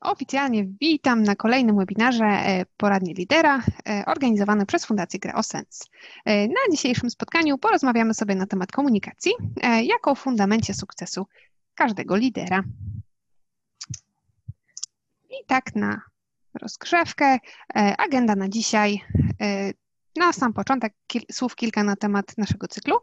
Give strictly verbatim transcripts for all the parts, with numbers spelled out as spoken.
Oficjalnie witam na kolejnym webinarze Poradnie Lidera organizowanym przez Fundację Geosens. Na dzisiejszym spotkaniu porozmawiamy sobie na temat komunikacji jako fundamencie sukcesu każdego lidera. I tak na rozgrzewkę, agenda na dzisiaj. Na sam początek kil, słów kilka na temat naszego cyklu.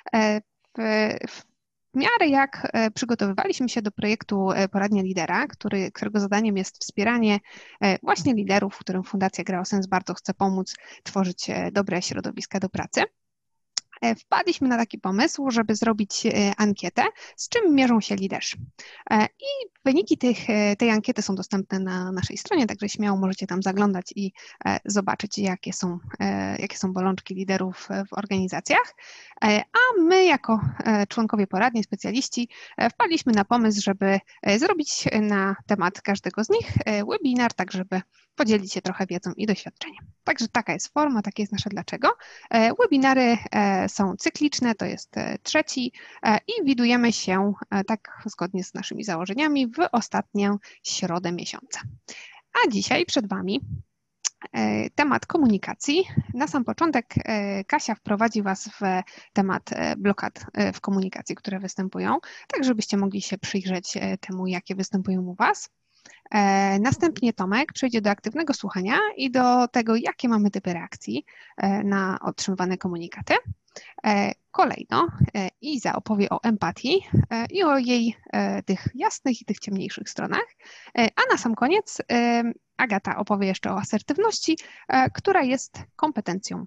W, w W miarę jak przygotowywaliśmy się do projektu Poradnia Lidera, który, którego zadaniem jest wspieranie właśnie liderów, którym Fundacja Geosens bardzo chce pomóc tworzyć dobre środowiska do pracy, wpadliśmy na taki pomysł, żeby zrobić ankietę, z czym mierzą się liderzy. I wyniki tych, tej ankiety są dostępne na naszej stronie, także śmiało możecie tam zaglądać i zobaczyć, jakie są, jakie są bolączki liderów w organizacjach. A my jako członkowie poradni, specjaliści wpadliśmy na pomysł, żeby zrobić na temat każdego z nich webinar, tak żeby podzielić się trochę wiedzą i doświadczeniem. Także taka jest forma, takie jest nasze dlaczego. Webinary są cykliczne, to jest trzeci i widujemy się tak zgodnie z naszymi założeniami w ostatnią środę miesiąca. A dzisiaj przed Wami temat komunikacji. Na sam początek Kasia wprowadzi Was w temat blokad w komunikacji, które występują, tak żebyście mogli się przyjrzeć temu, jakie występują u Was. Następnie Tomek przejdzie do aktywnego słuchania i do tego, jakie mamy typy reakcji na otrzymywane komunikaty. Kolejno Iza opowie o empatii i o jej tych jasnych i tych ciemniejszych stronach. A na sam koniec Agata opowie jeszcze o asertywności, która jest kompetencją.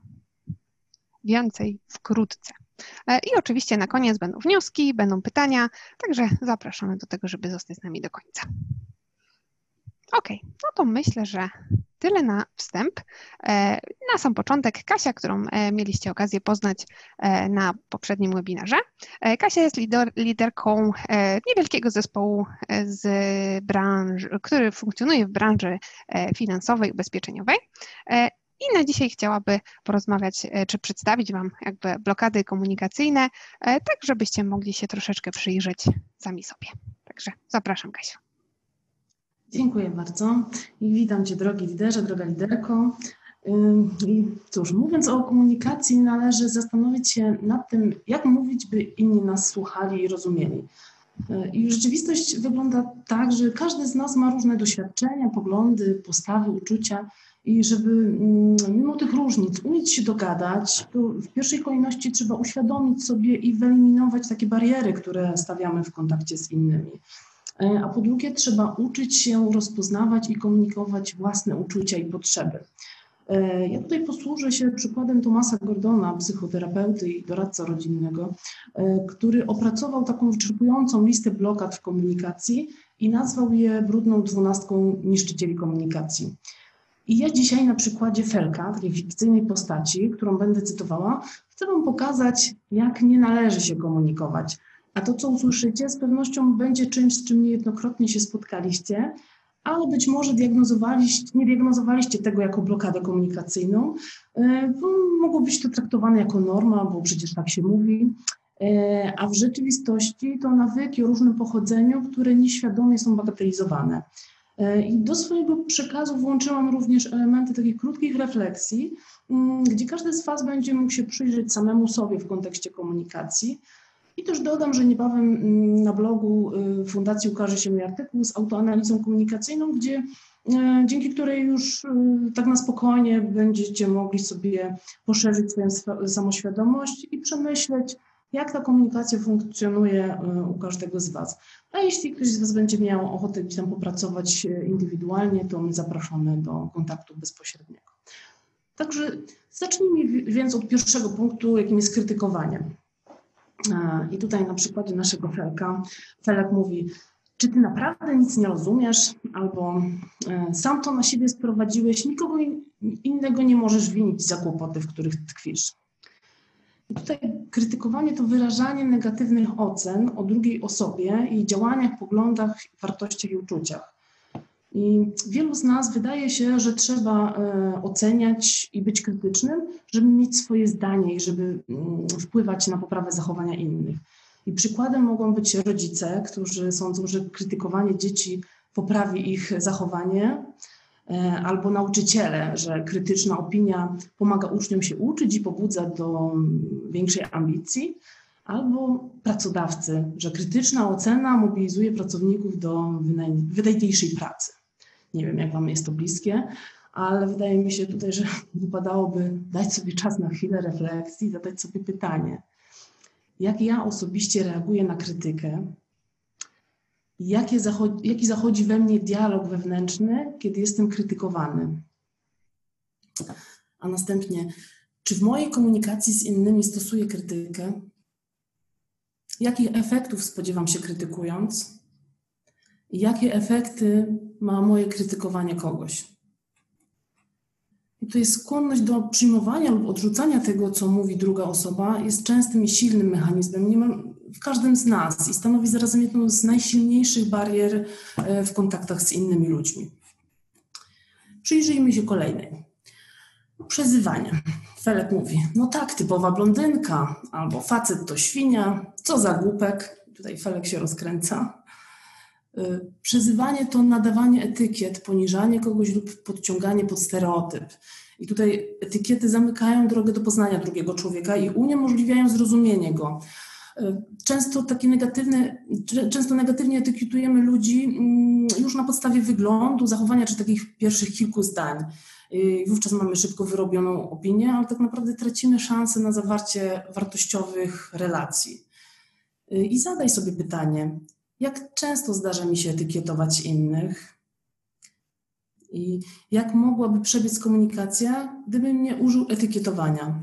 Więcej wkrótce. I oczywiście na koniec będą wnioski, będą pytania, także zapraszamy do tego, żeby zostać z nami do końca. Ok, no to myślę, że tyle na wstęp. Na sam początek Kasia, którą mieliście okazję poznać na poprzednim webinarze. Kasia jest lider, liderką niewielkiego zespołu z branży, który funkcjonuje w branży finansowej, ubezpieczeniowej. I na dzisiaj chciałaby porozmawiać, czy przedstawić Wam jakby blokady komunikacyjne, tak żebyście mogli się troszeczkę przyjrzeć sami sobie. Także zapraszam, Kasiu. Dziękuję bardzo i witam Cię, drogi liderze, droga liderko. I cóż, mówiąc o komunikacji, należy zastanowić się nad tym, jak mówić, by inni nas słuchali i rozumieli. I rzeczywistość wygląda tak, że każdy z nas ma różne doświadczenia, poglądy, postawy, uczucia i żeby mimo tych różnic umieć się dogadać, to w pierwszej kolejności trzeba uświadomić sobie i wyeliminować takie bariery, które stawiamy w kontakcie z innymi. A po drugie, trzeba uczyć się rozpoznawać i komunikować własne uczucia i potrzeby. Ja tutaj posłużę się przykładem Thomasa Gordona, psychoterapeuty i doradcy rodzinnego, który opracował taką wyczerpującą listę blokad w komunikacji i nazwał je brudną dwunastką niszczycieli komunikacji. I ja dzisiaj na przykładzie Felka, takiej fikcyjnej postaci, którą będę cytowała, chcę Wam pokazać, jak nie należy się komunikować. A to, co usłyszycie, z pewnością będzie czymś, z czym niejednokrotnie się spotkaliście, ale być może diagnozowaliście, nie diagnozowaliście tego jako blokadę komunikacyjną, bo mogło być to traktowane jako norma, bo przecież tak się mówi, a w rzeczywistości to nawyki o różnym pochodzeniu, które nieświadomie są bagatelizowane. I do swojego przekazu włączyłam również elementy takich krótkich refleksji, gdzie każdy z Was będzie mógł się przyjrzeć samemu sobie w kontekście komunikacji. I też dodam, że niebawem na blogu Fundacji ukaże się mój artykuł z autoanalizą komunikacyjną, gdzie, dzięki której już tak na spokojnie będziecie mogli sobie poszerzyć swoją samoświadomość i przemyśleć, jak ta komunikacja funkcjonuje u każdego z Was. A jeśli ktoś z Was będzie miał ochotę gdzieś tam popracować indywidualnie, to my zapraszamy do kontaktu bezpośredniego. Także zacznijmy więc od pierwszego punktu, jakim jest krytykowanie. I tutaj na przykładzie naszego Felka, Felek mówi, czy ty naprawdę nic nie rozumiesz, albo sam to na siebie sprowadziłeś, nikogo innego nie możesz winić za kłopoty, w których tkwisz. I tutaj krytykowanie to wyrażanie negatywnych ocen o drugiej osobie, jej działaniach, poglądach, wartościach i uczuciach. I wielu z nas wydaje się, że trzeba e, oceniać i być krytycznym, żeby mieć swoje zdanie i żeby mm, wpływać na poprawę zachowania innych. I przykładem mogą być rodzice, którzy sądzą, że krytykowanie dzieci poprawi ich zachowanie, albo nauczyciele, że krytyczna opinia pomaga uczniom się uczyć i pobudza do większej ambicji, albo pracodawcy, że krytyczna ocena mobilizuje pracowników do wydajniejszej pracy. Nie wiem, jak Wam jest to bliskie, ale wydaje mi się tutaj, że wypadałoby dać sobie czas na chwilę refleksji, zadać sobie pytanie, jak ja osobiście reaguję na krytykę, jakie zachodzi, jaki zachodzi we mnie dialog wewnętrzny, kiedy jestem krytykowany. A następnie, czy w mojej komunikacji z innymi stosuję krytykę? Jakich efektów spodziewam się krytykując? Jakie efekty ma moje krytykowanie kogoś? I to jest skłonność do przyjmowania lub odrzucania tego, co mówi druga osoba, jest częstym i silnym mechanizmem niemal w każdym z nas i stanowi zarazem jedną z najsilniejszych barier w kontaktach z innymi ludźmi. Przyjrzyjmy się kolejnej. Przezywanie. Felek mówi, no tak, typowa blondynka, albo facet to świnia, co za głupek. Tutaj Felek się rozkręca. Przezywanie to nadawanie etykiet, poniżanie kogoś lub podciąganie pod stereotyp. I tutaj etykiety zamykają drogę do poznania drugiego człowieka i uniemożliwiają zrozumienie go. Często takie negatywne, często negatywnie etykietujemy ludzi już na podstawie wyglądu, zachowania czy takich pierwszych kilku zdań. I wówczas mamy szybko wyrobioną opinię, ale tak naprawdę tracimy szansę na zawarcie wartościowych relacji. I zadaj sobie pytanie, jak często zdarza mi się etykietować innych? I jak mogłaby przebiec komunikacja, gdybym nie użył etykietowania?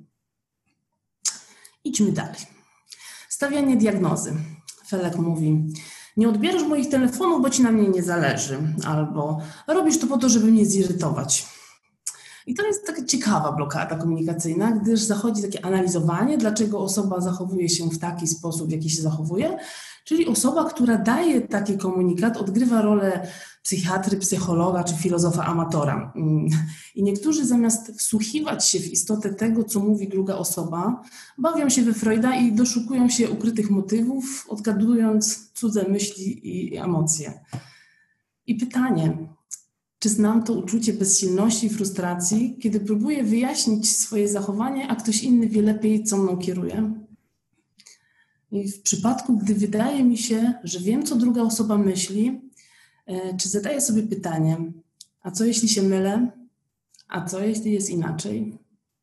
Idźmy dalej. Stawianie diagnozy. Felek mówi, nie odbierasz moich telefonów, bo ci na mnie nie zależy. Albo robisz to po to, żeby mnie zirytować. I to jest taka ciekawa blokada komunikacyjna, gdyż zachodzi takie analizowanie, dlaczego osoba zachowuje się w taki sposób, w jaki się zachowuje. Czyli osoba, która daje taki komunikat, odgrywa rolę psychiatry, psychologa czy filozofa amatora. I niektórzy zamiast wsłuchiwać się w istotę tego, co mówi druga osoba, bawią się we Freuda i doszukują się ukrytych motywów, odgadując cudze myśli i emocje. I pytanie, czy znam to uczucie bezsilności i frustracji, kiedy próbuję wyjaśnić swoje zachowanie, a ktoś inny wie lepiej, co mną kieruje? I w przypadku, gdy wydaje mi się, że wiem, co druga osoba myśli, czy zadaję sobie pytanie, a co jeśli się mylę, a co jeśli jest inaczej?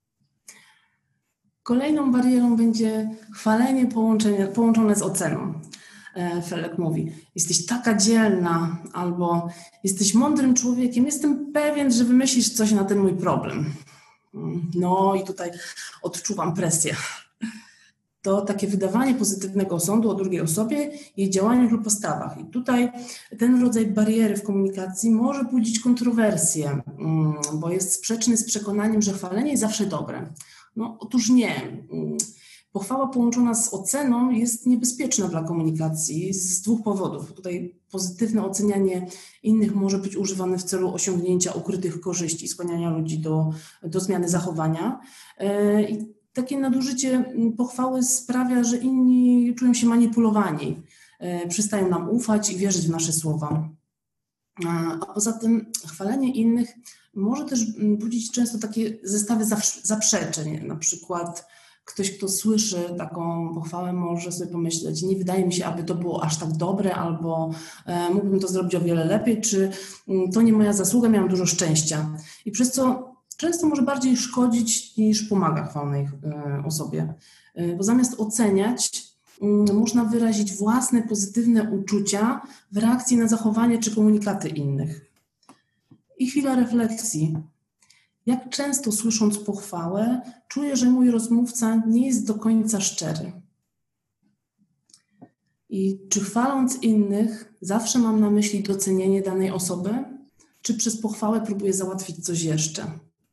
Kolejną barierą będzie chwalenie połączone z oceną. Felek mówi, jesteś taka dzielna, albo jesteś mądrym człowiekiem, jestem pewien, że wymyślisz coś na ten mój problem. No i tutaj odczuwam presję. To takie wydawanie pozytywnego osądu o drugiej osobie, jej działaniach lub postawach. I tutaj ten rodzaj bariery w komunikacji może budzić kontrowersje, bo jest sprzeczny z przekonaniem, że chwalenie jest zawsze dobre. No otóż nie. Pochwała połączona z oceną jest niebezpieczna dla komunikacji z dwóch powodów. Tutaj pozytywne ocenianie innych może być używane w celu osiągnięcia ukrytych korzyści, skłaniania ludzi do, do zmiany zachowania. I takie nadużycie pochwały sprawia, że inni czują się manipulowani, przestają nam ufać i wierzyć w nasze słowa. A poza tym chwalenie innych może też budzić często takie zestawy zaprzeczeń. Na przykład ktoś, kto słyszy taką pochwałę, może sobie pomyśleć, nie wydaje mi się, aby to było aż tak dobre, albo mógłbym to zrobić o wiele lepiej, czy to nie moja zasługa, miałam dużo szczęścia. I przez co często może bardziej szkodzić niż pomaga chwalnej osobie. Bo zamiast oceniać, można wyrazić własne pozytywne uczucia w reakcji na zachowanie czy komunikaty innych. I chwila refleksji. Jak często słysząc pochwałę, czuję, że mój rozmówca nie jest do końca szczery? I czy chwaląc innych, zawsze mam na myśli docenienie danej osoby, czy przez pochwałę próbuję załatwić coś jeszcze?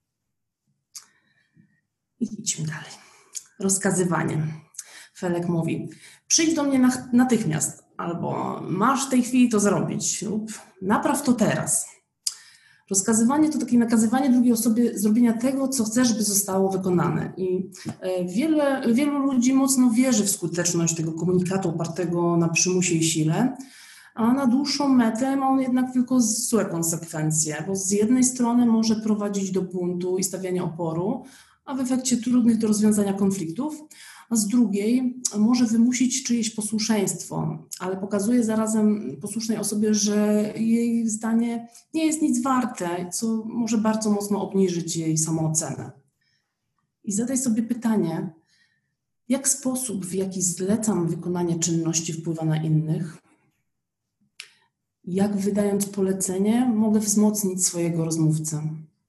I idźmy dalej. Rozkazywanie. Felek mówi, przyjdź do mnie natychmiast, albo masz w tej chwili to zrobić, lub napraw to teraz. Rozkazywanie to takie nakazywanie drugiej osobie zrobienia tego, co chcesz, by zostało wykonane. I wiele, wielu ludzi mocno wierzy w skuteczność tego komunikatu opartego na przymusie i sile, a na dłuższą metę ma on jednak tylko złe konsekwencje, bo z jednej strony może prowadzić do buntu i stawiania oporu, a w efekcie trudnych do rozwiązania konfliktów, a z drugiej może wymusić czyjeś posłuszeństwo, ale pokazuje zarazem posłusznej osobie, że jej zdanie nie jest nic warte, co może bardzo mocno obniżyć jej samoocenę. I zadaj sobie pytanie, jak sposób, w jaki zlecam wykonanie czynności, wpływa na innych? Jak wydając polecenie mogę wzmocnić swojego rozmówcę?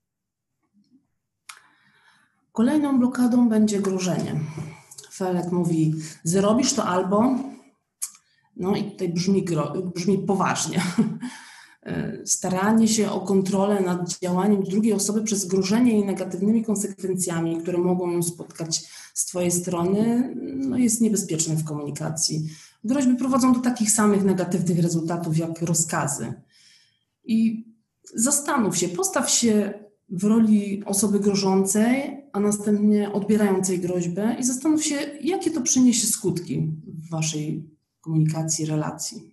Kolejną blokadą będzie grożenie. Felek mówi, zrobisz to albo, no i tutaj brzmi, brzmi poważnie, staranie się o kontrolę nad działaniem drugiej osoby przez grożenie jej negatywnymi konsekwencjami, które mogą ją spotkać z twojej strony, no jest niebezpieczne w komunikacji. Groźby prowadzą do takich samych negatywnych rezultatów jak rozkazy. I zastanów się, postaw się w roli osoby grożącej, a następnie odbierającej groźbę i zastanów się, jakie to przyniesie skutki w waszej komunikacji, relacji.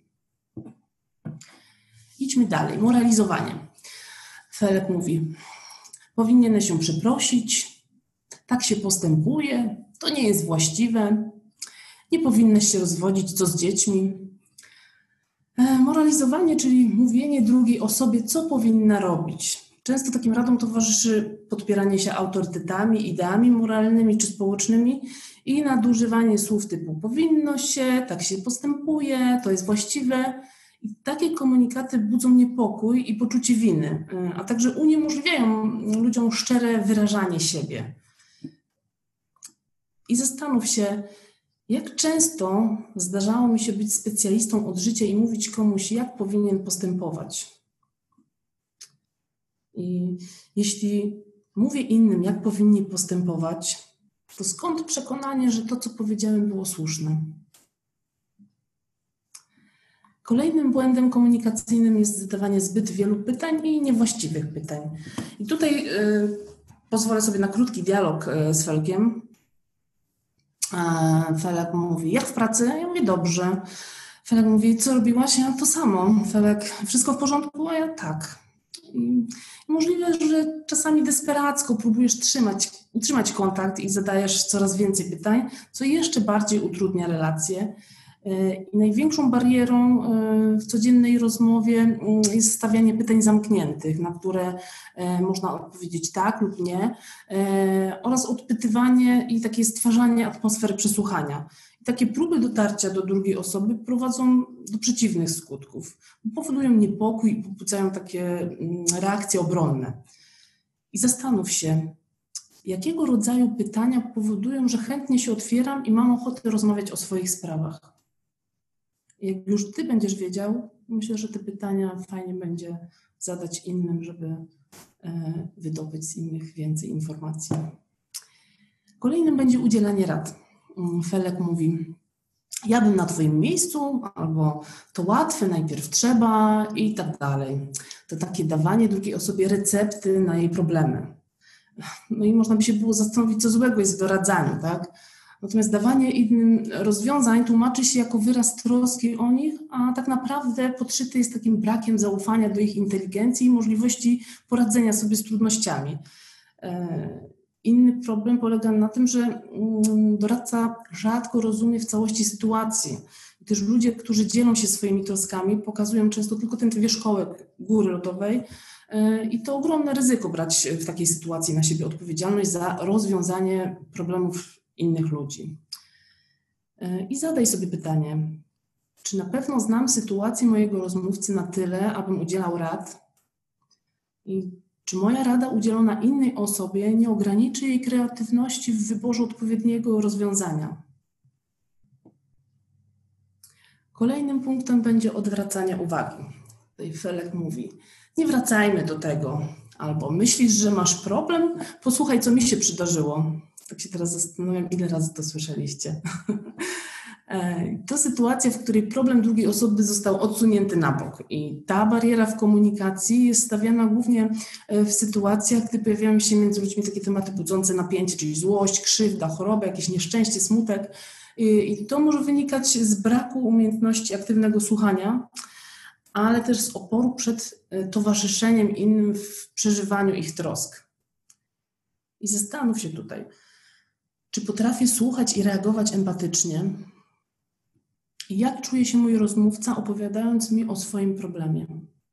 Idźmy dalej. Moralizowanie. Felek mówi, powinieneś się przeprosić, tak się postępuje, to nie jest właściwe, nie powinnaś się rozwodzić, co z dziećmi. Moralizowanie, czyli mówienie drugiej osobie, co powinna robić. Często takim radom towarzyszy podpieranie się autorytetami, ideami moralnymi czy społecznymi i nadużywanie słów typu powinno się, tak się postępuje, to jest właściwe. I takie komunikaty budzą niepokój i poczucie winy, a także uniemożliwiają ludziom szczere wyrażanie siebie. I zastanów się, jak często zdarzało mi się być specjalistą od życia i mówić komuś, jak powinien postępować. I jeśli mówię innym, jak powinni postępować, to skąd przekonanie, że to, co powiedziałem, było słuszne? Kolejnym błędem komunikacyjnym jest zadawanie zbyt wielu pytań i niewłaściwych pytań. I tutaj y, pozwolę sobie na krótki dialog y, z Felkiem. E, Felek mówi, jak w pracy? Ja mówię, dobrze. Felek mówi, co robiłaś? Ja to samo. Felek, wszystko w porządku? A ja tak. I możliwe, że czasami desperacko próbujesz trzymać, utrzymać kontakt i zadajesz coraz więcej pytań, co jeszcze bardziej utrudnia relacje. I największą barierą w codziennej rozmowie jest stawianie pytań zamkniętych, na które można odpowiedzieć tak lub nie, oraz odpytywanie i takie stwarzanie atmosfery przesłuchania. I takie próby dotarcia do drugiej osoby prowadzą do przeciwnych skutków. Powodują niepokój i pobudzają takie reakcje obronne. I zastanów się, jakiego rodzaju pytania powodują, że chętnie się otwieram i mam ochotę rozmawiać o swoich sprawach. Jak już ty będziesz wiedział, myślę, że te pytania fajnie będzie zadać innym, żeby wydobyć z innych więcej informacji. Kolejnym będzie udzielanie rad. Felek mówi, ja bym na twoim miejscu, albo to łatwe, najpierw trzeba i tak dalej. To takie dawanie drugiej osobie recepty na jej problemy. No i można by się było zastanowić, co złego jest w doradzaniu, tak? Natomiast dawanie innym rozwiązań tłumaczy się jako wyraz troski o nich, a tak naprawdę podszyte jest takim brakiem zaufania do ich inteligencji i możliwości poradzenia sobie z trudnościami. Inny problem polega na tym, że doradca rzadko rozumie w całości sytuacji. I też ludzie, którzy dzielą się swoimi troskami, pokazują często tylko ten wierzchołek góry lodowej i to ogromne ryzyko brać w takiej sytuacji na siebie odpowiedzialność za rozwiązanie problemów innych ludzi. I zadaj sobie pytanie, czy na pewno znam sytuację mojego rozmówcy na tyle, abym udzielał rad? I czy moja rada udzielona innej osobie nie ograniczy jej kreatywności w wyborze odpowiedniego rozwiązania? Kolejnym punktem będzie odwracanie uwagi. Tutaj Felek mówi, nie wracajmy do tego. Albo myślisz, że masz problem? Posłuchaj, co mi się przydarzyło. Tak się teraz zastanawiam, ile razy to słyszeliście. To sytuacja, w której problem drugiej osoby został odsunięty na bok. I ta bariera w komunikacji jest stawiana głównie w sytuacjach, gdy pojawiają się między ludźmi takie tematy budzące napięcie, czyli złość, krzywda, choroba, jakieś nieszczęście, smutek. I to może wynikać z braku umiejętności aktywnego słuchania, ale też z oporu przed towarzyszeniem innym w przeżywaniu ich trosk. I zastanów się tutaj, czy potrafię słuchać i reagować empatycznie? I jak czuje się mój rozmówca, opowiadając mi o swoim problemie?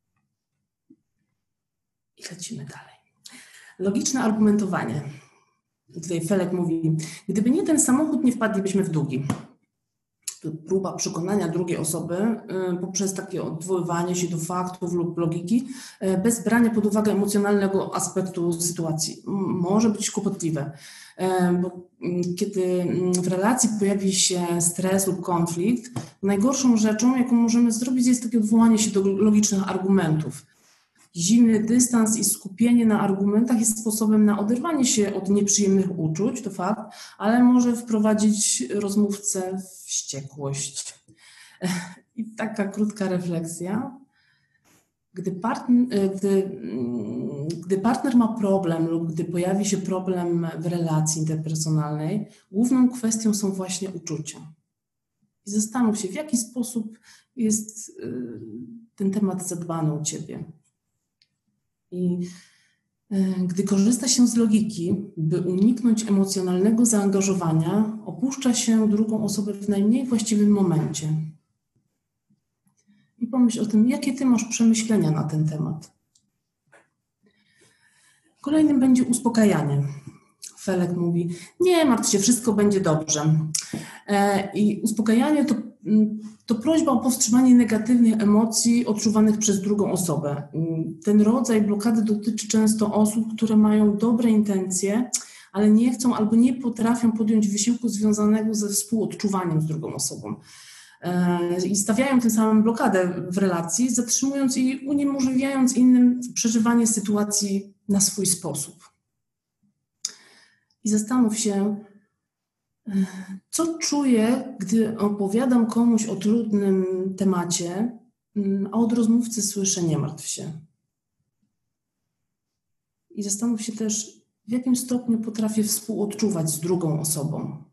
I lecimy dalej. Logiczne argumentowanie. I tutaj Felek mówi, gdyby nie ten samochód, nie wpadlibyśmy w długi. To próba przekonania drugiej osoby y, poprzez takie odwoływanie się do faktów lub logiki, y, bez brania pod uwagę emocjonalnego aspektu sytuacji. M- może być kłopotliwe, y, bo y, kiedy w relacji pojawi się stres lub konflikt, najgorszą rzeczą, jaką możemy zrobić, jest takie odwołanie się do logicznych argumentów. Zimny dystans i skupienie na argumentach jest sposobem na oderwanie się od nieprzyjemnych uczuć, to fakt, ale może wprowadzić rozmówcę w wściekłość. I taka krótka refleksja. Gdy partner, gdy, gdy partner ma problem lub gdy pojawi się problem w relacji interpersonalnej, główną kwestią są właśnie uczucia. I zastanów się, w jaki sposób jest ten temat zadbany u Ciebie. I gdy korzysta się z logiki, by uniknąć emocjonalnego zaangażowania, opuszcza się drugą osobę w najmniej właściwym momencie. I pomyśl o tym, jakie Ty masz przemyślenia na ten temat. Kolejnym będzie uspokajanie. Felek mówi, nie martw się, wszystko będzie dobrze. I uspokajanie to, to prośba o powstrzymanie negatywnych emocji odczuwanych przez drugą osobę. Ten rodzaj blokady dotyczy często osób, które mają dobre intencje, ale nie chcą albo nie potrafią podjąć wysiłku związanego ze współodczuwaniem z drugą osobą. I stawiają tym samym blokadę w relacji, zatrzymując i uniemożliwiając innym przeżywanie sytuacji na swój sposób. I zastanów się, co czuję, gdy opowiadam komuś o trudnym temacie, a od rozmówcy słyszę nie martw się. I zastanów się też, w jakim stopniu potrafię współodczuwać z drugą osobą.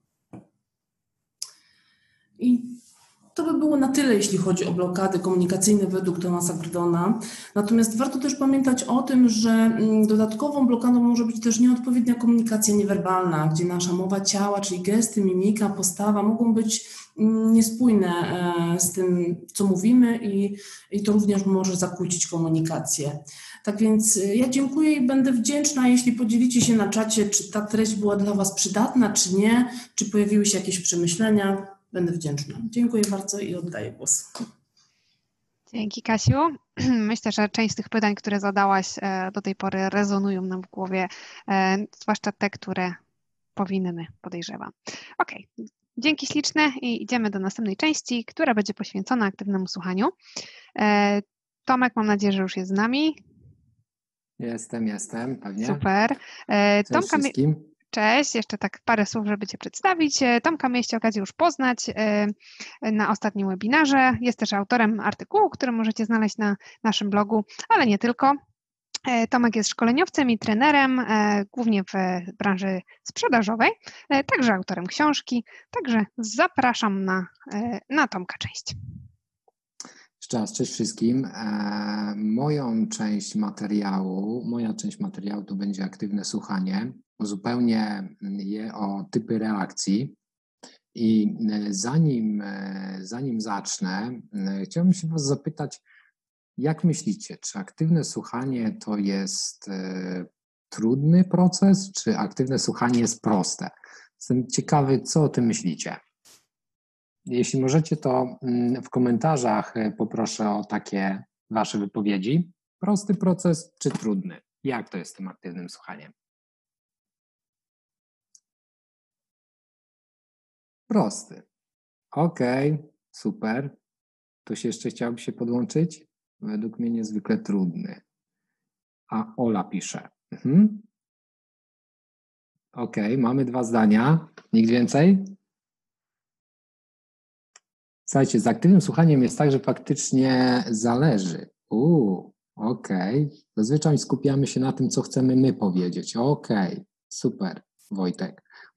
I to by było na tyle, jeśli chodzi o blokady komunikacyjne według Thomasa Gordona. Natomiast warto też pamiętać o tym, że dodatkową blokadą może być też nieodpowiednia komunikacja niewerbalna, gdzie nasza mowa ciała, czyli gesty, mimika, postawa mogą być niespójne z tym, co mówimy i, i to również może zakłócić komunikację. Tak więc ja dziękuję i będę wdzięczna, jeśli podzielicie się na czacie, czy ta treść była dla Was przydatna, czy nie, czy pojawiły się jakieś przemyślenia. Będę wdzięczna. Dziękuję bardzo i oddaję głos. Dzięki, Kasiu. Myślę, że część z tych pytań, które zadałaś do tej pory, rezonują nam w głowie, zwłaszcza te, które powinny, podejrzewam. Okej, dzięki śliczne i idziemy do następnej części, która będzie poświęcona aktywnemu słuchaniu. Tomek, mam nadzieję, że już jest z nami. Jestem, jestem, pewnie. Super. Cześć Tomka, wszystkim. Cześć, jeszcze tak parę słów, żeby Cię przedstawić. Tomka mieliście okazję już poznać na ostatnim webinarze. Jest też autorem artykułu, który możecie znaleźć na naszym blogu, ale nie tylko. Tomek jest szkoleniowcem i trenerem, głównie w branży sprzedażowej, także autorem książki, także zapraszam na, na Tomka część. Jeszcze raz, cześć wszystkim. E, moją część materiału, moja część materiału to będzie aktywne słuchanie. Uzupełnię je o typy reakcji i zanim, zanim zacznę, chciałbym się Was zapytać, jak myślicie, czy aktywne słuchanie to jest e, trudny proces, czy aktywne słuchanie jest proste? Jestem ciekawy, co o tym myślicie. Jeśli możecie, to w komentarzach poproszę o takie Wasze wypowiedzi. Prosty proces czy trudny? Jak to jest z tym aktywnym słuchaniem? Prosty. Okej, okay, super. Ktoś jeszcze chciałby się podłączyć? Według mnie niezwykle trudny. A Ola pisze. Mhm. Okej, okay, mamy dwa zdania. Nikt więcej? Słuchajcie, z aktywnym słuchaniem jest tak, że faktycznie zależy. Uuu, okej. Okay. Zazwyczaj skupiamy się na tym, co chcemy my powiedzieć. Okej, okay. Super, Wojtek.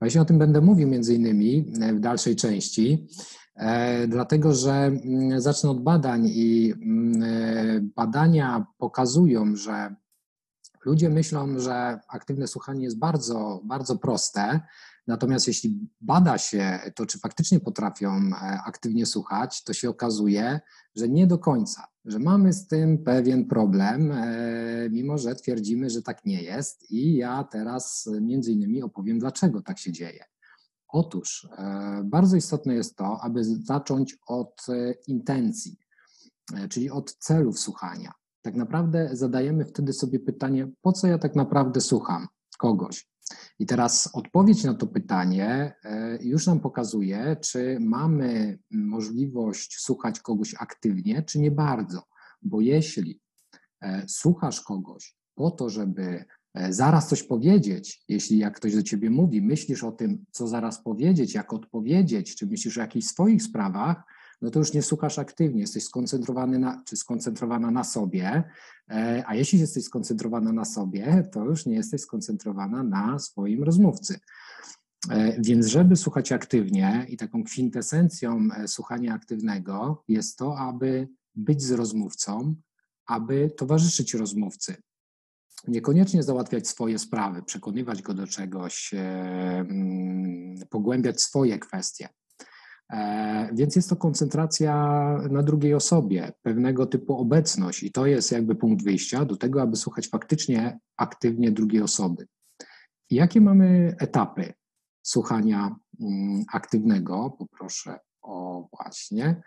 Właśnie o tym będę mówił między innymi w dalszej części, dlatego że zacznę od badań i badania pokazują, że ludzie myślą, że aktywne słuchanie jest bardzo, bardzo proste, natomiast jeśli bada się to, czy faktycznie potrafią aktywnie słuchać, to się okazuje, że nie do końca, że mamy z tym pewien problem, mimo że twierdzimy, że tak nie jest i ja teraz między innymi opowiem, dlaczego tak się dzieje. Otóż bardzo istotne jest to, aby zacząć od intencji, czyli od celów słuchania. Tak naprawdę zadajemy wtedy sobie pytanie, po co ja tak naprawdę słucham kogoś? I teraz odpowiedź na to pytanie już nam pokazuje, czy mamy możliwość słuchać kogoś aktywnie, czy nie bardzo. Bo jeśli słuchasz kogoś po to, żeby zaraz coś powiedzieć, jeśli jak ktoś do ciebie mówi, myślisz o tym, co zaraz powiedzieć, jak odpowiedzieć, czy myślisz o jakichś swoich sprawach, no to już nie słuchasz aktywnie, jesteś skoncentrowany na, czy skoncentrowana na sobie, a jeśli jesteś skoncentrowana na sobie, to już nie jesteś skoncentrowana na swoim rozmówcy. Więc żeby słuchać aktywnie i taką kwintesencją słuchania aktywnego jest to, aby być z rozmówcą, aby towarzyszyć rozmówcy. Niekoniecznie załatwiać swoje sprawy, przekonywać go do czegoś, pogłębiać swoje kwestie. Więc jest to koncentracja na drugiej osobie, pewnego typu obecność i to jest jakby punkt wyjścia do tego, aby słuchać faktycznie aktywnie drugiej osoby. I jakie mamy etapy słuchania aktywnego? Poproszę o właśnie.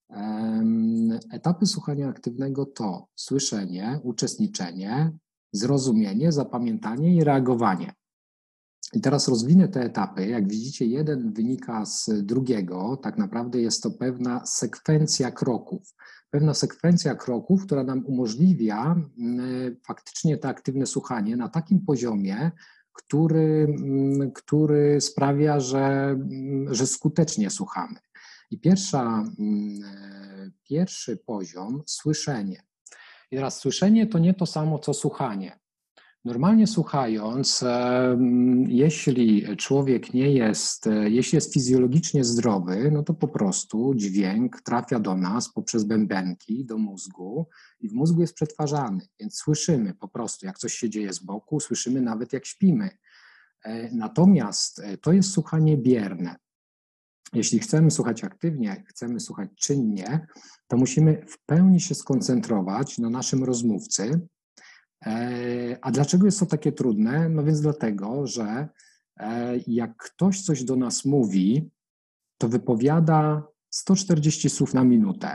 Etapy słuchania aktywnego to słyszenie, uczestniczenie, zrozumienie, zapamiętanie i reagowanie. I teraz rozwinę te etapy. Jak widzicie, jeden wynika z drugiego. Tak naprawdę jest to pewna sekwencja kroków. Pewna sekwencja kroków, która nam umożliwia faktycznie to aktywne słuchanie na takim poziomie, który, który sprawia, że, że skutecznie słuchamy. I pierwsza, pierwszy poziom, słyszenie. I teraz słyszenie to nie to samo, co słuchanie. Normalnie słuchając, jeśli człowiek nie jest, jeśli jest fizjologicznie zdrowy, no to po prostu dźwięk trafia do nas poprzez bębenki, do mózgu i w mózgu jest przetwarzany, więc słyszymy po prostu, jak coś się dzieje z boku, słyszymy nawet jak śpimy. Natomiast to jest słuchanie bierne. Jeśli chcemy słuchać aktywnie, chcemy słuchać czynnie, to musimy w pełni się skoncentrować na naszym rozmówcy. A dlaczego jest to takie trudne? No więc dlatego, że jak ktoś coś do nas mówi, to wypowiada sto czterdzieści słów na minutę,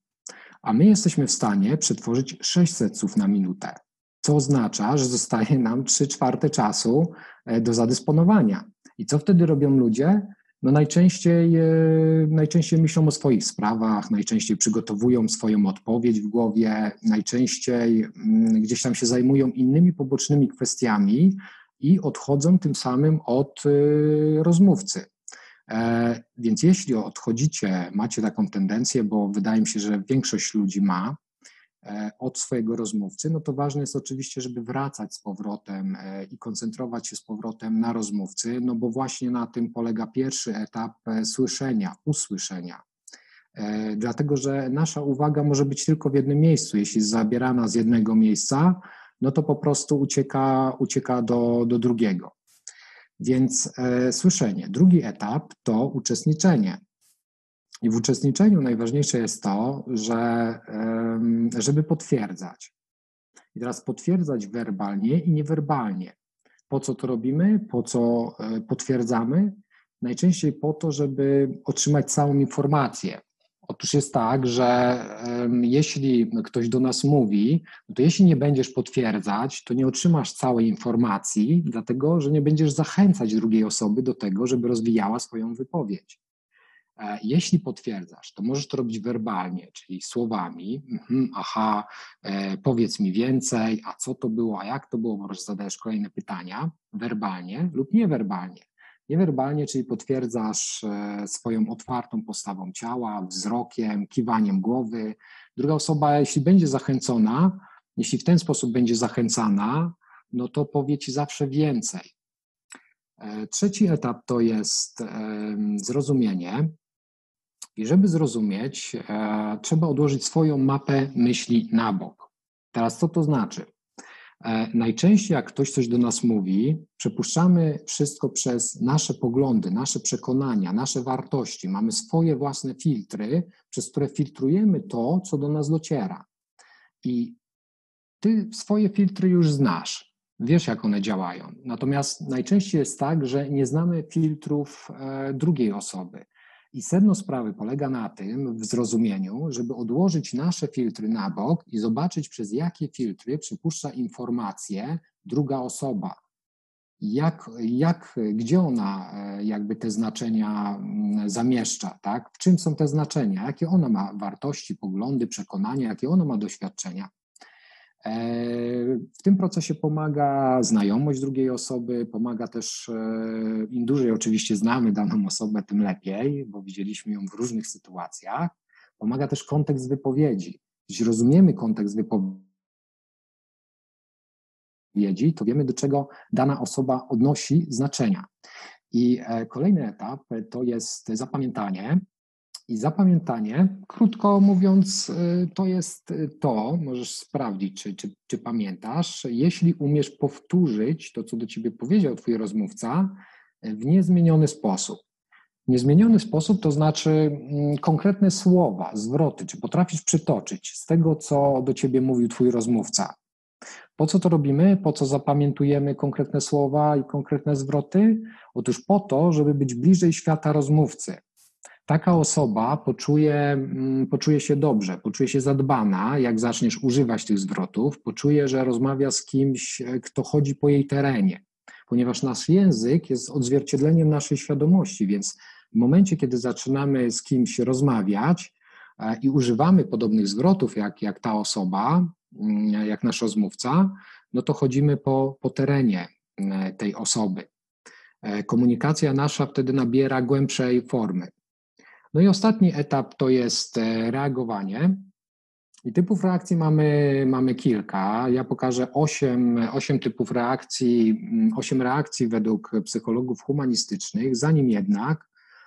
a my jesteśmy w stanie przetworzyć sześćset słów na minutę, co oznacza, że zostaje nam trzy czwarte czasu do zadysponowania. I co wtedy robią ludzie? No najczęściej, najczęściej myślą o swoich sprawach, najczęściej przygotowują swoją odpowiedź w głowie, najczęściej gdzieś tam się zajmują innymi pobocznymi kwestiami i odchodzą tym samym od rozmówcy. Więc jeśli odchodzicie, macie taką tendencję, bo wydaje mi się, że większość ludzi ma, od swojego rozmówcy, no to ważne jest oczywiście, żeby wracać z powrotem i koncentrować się z powrotem na rozmówcy, no bo właśnie na tym polega pierwszy etap słyszenia, usłyszenia. Dlatego, że nasza uwaga może być tylko w jednym miejscu. Jeśli jest zabierana z jednego miejsca, no to po prostu ucieka, ucieka do, do drugiego. Więc e, słyszenie. Drugi etap to uczestniczenie. I w uczestniczeniu najważniejsze jest to, że żeby potwierdzać. I teraz potwierdzać werbalnie i niewerbalnie. Po co to robimy? Po co potwierdzamy? Najczęściej po to, żeby otrzymać całą informację. Otóż jest tak, że jeśli ktoś do nas mówi, to jeśli nie będziesz potwierdzać, to nie otrzymasz całej informacji, dlatego że nie będziesz zachęcać drugiej osoby do tego, żeby rozwijała swoją wypowiedź. Jeśli potwierdzasz, to możesz to robić werbalnie, czyli słowami, mhm, aha, e, powiedz mi więcej, a co to było, a jak to było, możesz zadać kolejne pytania, werbalnie lub niewerbalnie. Niewerbalnie, czyli potwierdzasz e, swoją otwartą postawą ciała, wzrokiem, kiwaniem głowy. Druga osoba, jeśli będzie zachęcona, jeśli w ten sposób będzie zachęcana, no to powie ci zawsze więcej. Trzeci etap to jest zrozumienie. I żeby zrozumieć, trzeba odłożyć swoją mapę myśli na bok. Teraz co to znaczy? Najczęściej jak ktoś coś do nas mówi, przepuszczamy wszystko przez nasze poglądy, nasze przekonania, nasze wartości. Mamy swoje własne filtry, przez które filtrujemy to, co do nas dociera. I ty swoje filtry już znasz, wiesz jak one działają. Natomiast najczęściej jest tak, że nie znamy filtrów drugiej osoby. I sedno sprawy polega na tym, w zrozumieniu, żeby odłożyć nasze filtry na bok i zobaczyć, przez jakie filtry przypuszcza informacje druga osoba. Jak, jak, gdzie ona jakby te znaczenia zamieszcza, tak? W czym są te znaczenia, jakie ona ma wartości, poglądy, przekonania, jakie ona ma doświadczenia. W tym procesie pomaga znajomość drugiej osoby, pomaga też, im dłużej oczywiście znamy daną osobę, tym lepiej, bo widzieliśmy ją w różnych sytuacjach. Pomaga też kontekst wypowiedzi. Jeśli rozumiemy kontekst wypowiedzi, to wiemy, do czego dana osoba odnosi znaczenia. I kolejny etap to jest zapamiętanie. I zapamiętanie, krótko mówiąc, to jest to, możesz sprawdzić, czy, czy, czy pamiętasz, jeśli umiesz powtórzyć to, co do ciebie powiedział twój rozmówca, w niezmieniony sposób. Niezmieniony sposób to znaczy konkretne słowa, zwroty, czy potrafisz przytoczyć z tego, co do ciebie mówił twój rozmówca. Po co to robimy? Po co zapamiętujemy konkretne słowa i konkretne zwroty? Otóż po to, żeby być bliżej świata rozmówcy. Taka osoba poczuje, poczuje się dobrze, poczuje się zadbana, jak zaczniesz używać tych zwrotów, poczuje, że rozmawia z kimś, kto chodzi po jej terenie, ponieważ nasz język jest odzwierciedleniem naszej świadomości, więc w momencie, kiedy zaczynamy z kimś rozmawiać i używamy podobnych zwrotów jak, jak ta osoba, jak nasz rozmówca, no to chodzimy po, po terenie tej osoby. Komunikacja nasza wtedy nabiera głębszej formy. No i ostatni etap to jest reagowanie. I typów reakcji mamy, mamy kilka. Ja pokażę osiem, osiem typów reakcji, osiem reakcji według psychologów humanistycznych. Zanim jednak,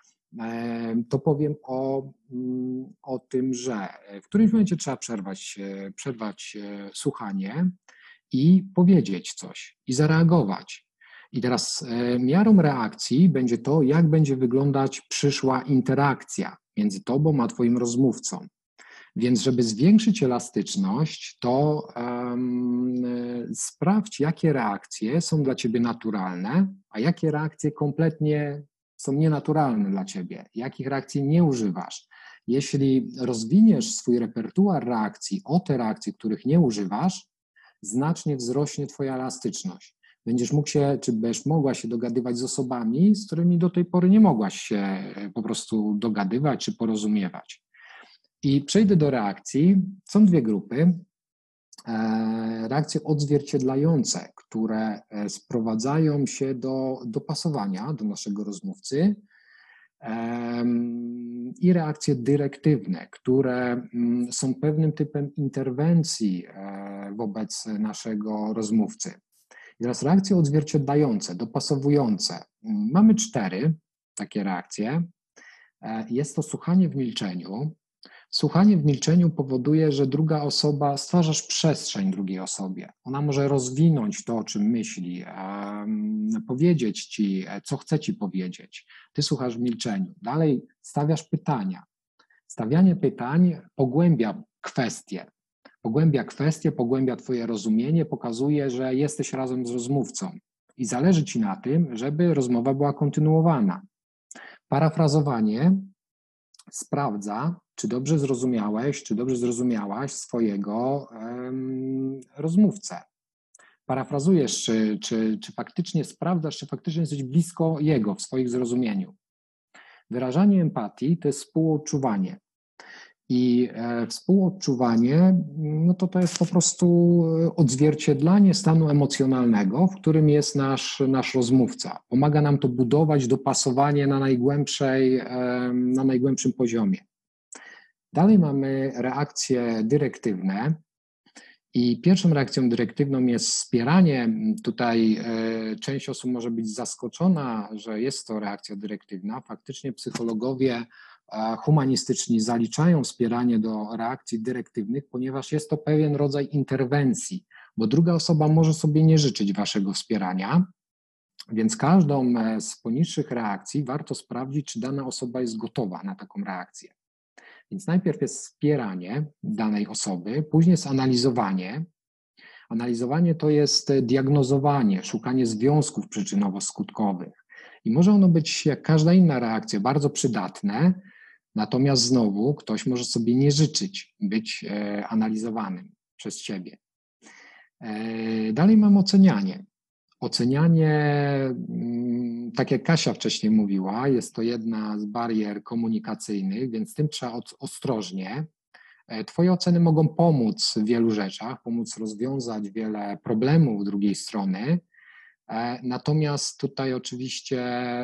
to powiem o, o tym, że w którymś momencie trzeba przerwać, przerwać słuchanie i powiedzieć coś i zareagować. I teraz miarą reakcji będzie to, jak będzie wyglądać przyszła interakcja między tobą a twoim rozmówcą. Więc żeby zwiększyć elastyczność, to um, sprawdź, jakie reakcje są dla ciebie naturalne, a jakie reakcje kompletnie są nienaturalne dla ciebie, jakich reakcji nie używasz. Jeśli rozwiniesz swój repertuar reakcji o te reakcje, których nie używasz, znacznie wzrośnie twoja elastyczność. Będziesz mógł się, czy będziesz mogła się dogadywać z osobami, z którymi do tej pory nie mogłaś się po prostu dogadywać czy porozumiewać. I przejdę do reakcji. Są dwie grupy. Reakcje odzwierciedlające, które sprowadzają się do dopasowania do naszego rozmówcy, i reakcje dyrektywne, które są pewnym typem interwencji wobec naszego rozmówcy. I teraz reakcje odzwierciedlające, dopasowujące. Mamy cztery takie reakcje. Jest to słuchanie w milczeniu. Słuchanie w milczeniu powoduje, że druga osoba, stwarzasz przestrzeń drugiej osobie. Ona może rozwinąć to, o czym myśli, powiedzieć ci, co chce ci powiedzieć. Ty słuchasz w milczeniu. Dalej stawiasz pytania. Stawianie pytań pogłębia kwestie. Pogłębia kwestie, pogłębia twoje rozumienie, pokazuje, że jesteś razem z rozmówcą i zależy ci na tym, żeby rozmowa była kontynuowana. Parafrazowanie sprawdza, czy dobrze zrozumiałeś, czy dobrze zrozumiałaś swojego um, rozmówcę. Parafrazujesz, czy, czy, czy faktycznie sprawdzasz, czy faktycznie jesteś blisko jego w swoim zrozumieniu. Wyrażanie empatii to jest współodczuwanie. I e, współodczuwanie, no to to jest po prostu odzwierciedlanie stanu emocjonalnego, w którym jest nasz, nasz rozmówca. Pomaga nam to budować dopasowanie na najgłębszej, e, na najgłębszym poziomie. Dalej mamy reakcje dyrektywne I pierwszą reakcją dyrektywną jest wspieranie. Tutaj część osób może być zaskoczona, że jest to reakcja dyrektywna. Faktycznie psychologowie humanistyczni zaliczają wspieranie do reakcji dyrektywnych, ponieważ jest to pewien rodzaj interwencji, bo druga osoba może sobie nie życzyć waszego wspierania, więc każdą z poniższych reakcji warto sprawdzić, czy dana osoba jest gotowa na taką reakcję. Więc najpierw jest wspieranie danej osoby, później jest analizowanie. Analizowanie to jest diagnozowanie, szukanie związków przyczynowo-skutkowych. I może ono być, jak każda inna reakcja, bardzo przydatne, natomiast znowu ktoś może sobie nie życzyć być analizowanym przez ciebie. Dalej mam ocenianie. Ocenianie, tak jak Kasia wcześniej mówiła, jest to jedna z barier komunikacyjnych, więc tym trzeba ostrożnie. Twoje oceny mogą pomóc w wielu rzeczach, pomóc rozwiązać wiele problemów drugiej strony, natomiast tutaj oczywiście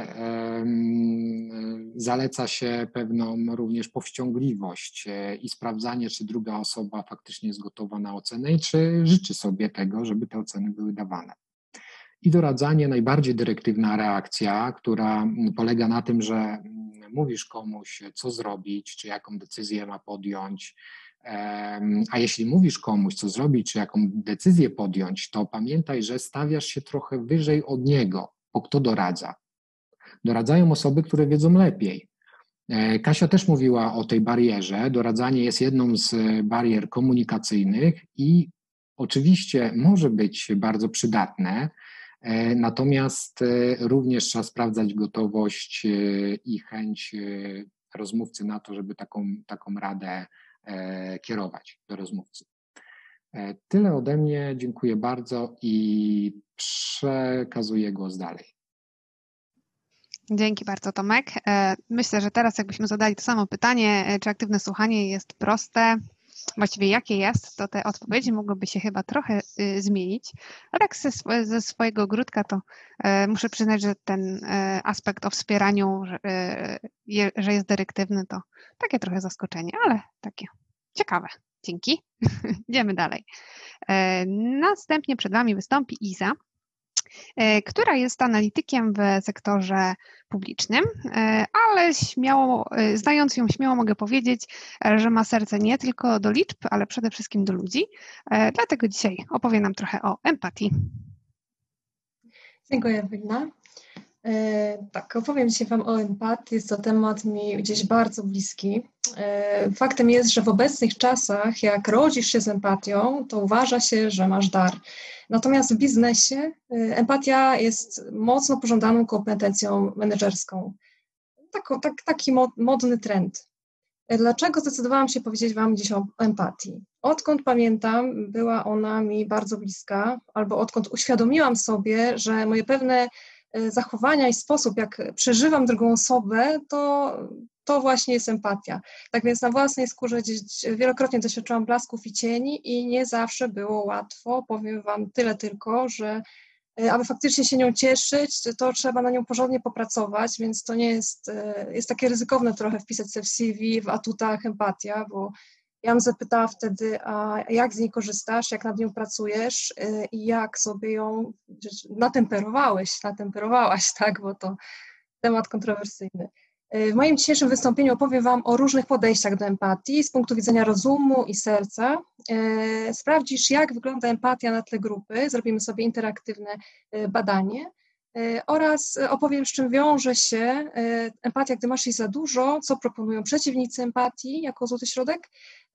zaleca się pewną również powściągliwość i sprawdzanie, czy druga osoba faktycznie jest gotowa na ocenę i czy życzy sobie tego, żeby te oceny były dawane. I doradzanie, najbardziej dyrektywna reakcja, która polega na tym, że mówisz komuś, co zrobić, czy jaką decyzję ma podjąć, a jeśli mówisz komuś, co zrobić, czy jaką decyzję podjąć, to pamiętaj, że stawiasz się trochę wyżej od niego, bo kto doradza? Doradzają osoby, które wiedzą lepiej. Kasia też mówiła o tej barierze. Doradzanie jest jedną z barier komunikacyjnych i oczywiście może być bardzo przydatne, natomiast również trzeba sprawdzać gotowość i chęć rozmówcy na to, żeby taką, taką radę kierować do rozmówcy. Tyle ode mnie, dziękuję bardzo i przekazuję głos dalej. Dzięki bardzo, Tomek. Myślę, że teraz jakbyśmy zadali to samo pytanie, czy aktywne słuchanie jest proste, właściwie jakie jest, to te odpowiedzi mogłyby się chyba trochę y, zmienić. A tak ze, sw- ze swojego ogródka to y, muszę przyznać, że ten y, aspekt o wspieraniu, że, y, je, że jest dyrektywny, to takie trochę zaskoczenie, ale takie ciekawe. Dzięki. Idziemy dalej. Y, następnie przed Wami wystąpi Iza, która jest analitykiem w sektorze publicznym, ale śmiało, znając ją śmiało mogę powiedzieć, że ma serce nie tylko do liczb, ale przede wszystkim do ludzi. Dlatego dzisiaj opowie nam trochę o empatii. Dziękuję, Ewelina. E, tak, opowiem dzisiaj Wam o empatii. Jest to temat mi gdzieś bardzo bliski. E, faktem jest, że w obecnych czasach, jak rodzisz się z empatią, to uważa się, że masz dar. Natomiast w biznesie e, empatia jest mocno pożądaną kompetencją menedżerską. Tak, tak, taki mod, modny trend. E, dlaczego zdecydowałam się powiedzieć Wam dziś o empatii? Odkąd pamiętam, była ona mi bardzo bliska, albo odkąd uświadomiłam sobie, że moje pewne zachowania i sposób, jak przeżywam drugą osobę, to, to właśnie jest empatia. Tak więc na własnej skórze wielokrotnie doświadczyłam blasków i cieni i nie zawsze było łatwo. Powiem Wam tyle tylko, że aby faktycznie się nią cieszyć, to trzeba na nią porządnie popracować, więc to nie jest, jest takie ryzykowne trochę wpisać sobie w C V, w atutach empatia, bo ja bym zapytała wtedy, a jak z niej korzystasz, jak nad nią pracujesz i jak sobie ją natemperowałeś, natemperowałaś, tak, bo to temat kontrowersyjny. W moim dzisiejszym wystąpieniu opowiem Wam o różnych podejściach do empatii z punktu widzenia rozumu i serca. Sprawdzisz, jak wygląda empatia na tle grupy, zrobimy sobie interaktywne badanie oraz opowiem, z czym wiąże się empatia, gdy masz jej za dużo, co proponują przeciwnicy empatii jako złoty środek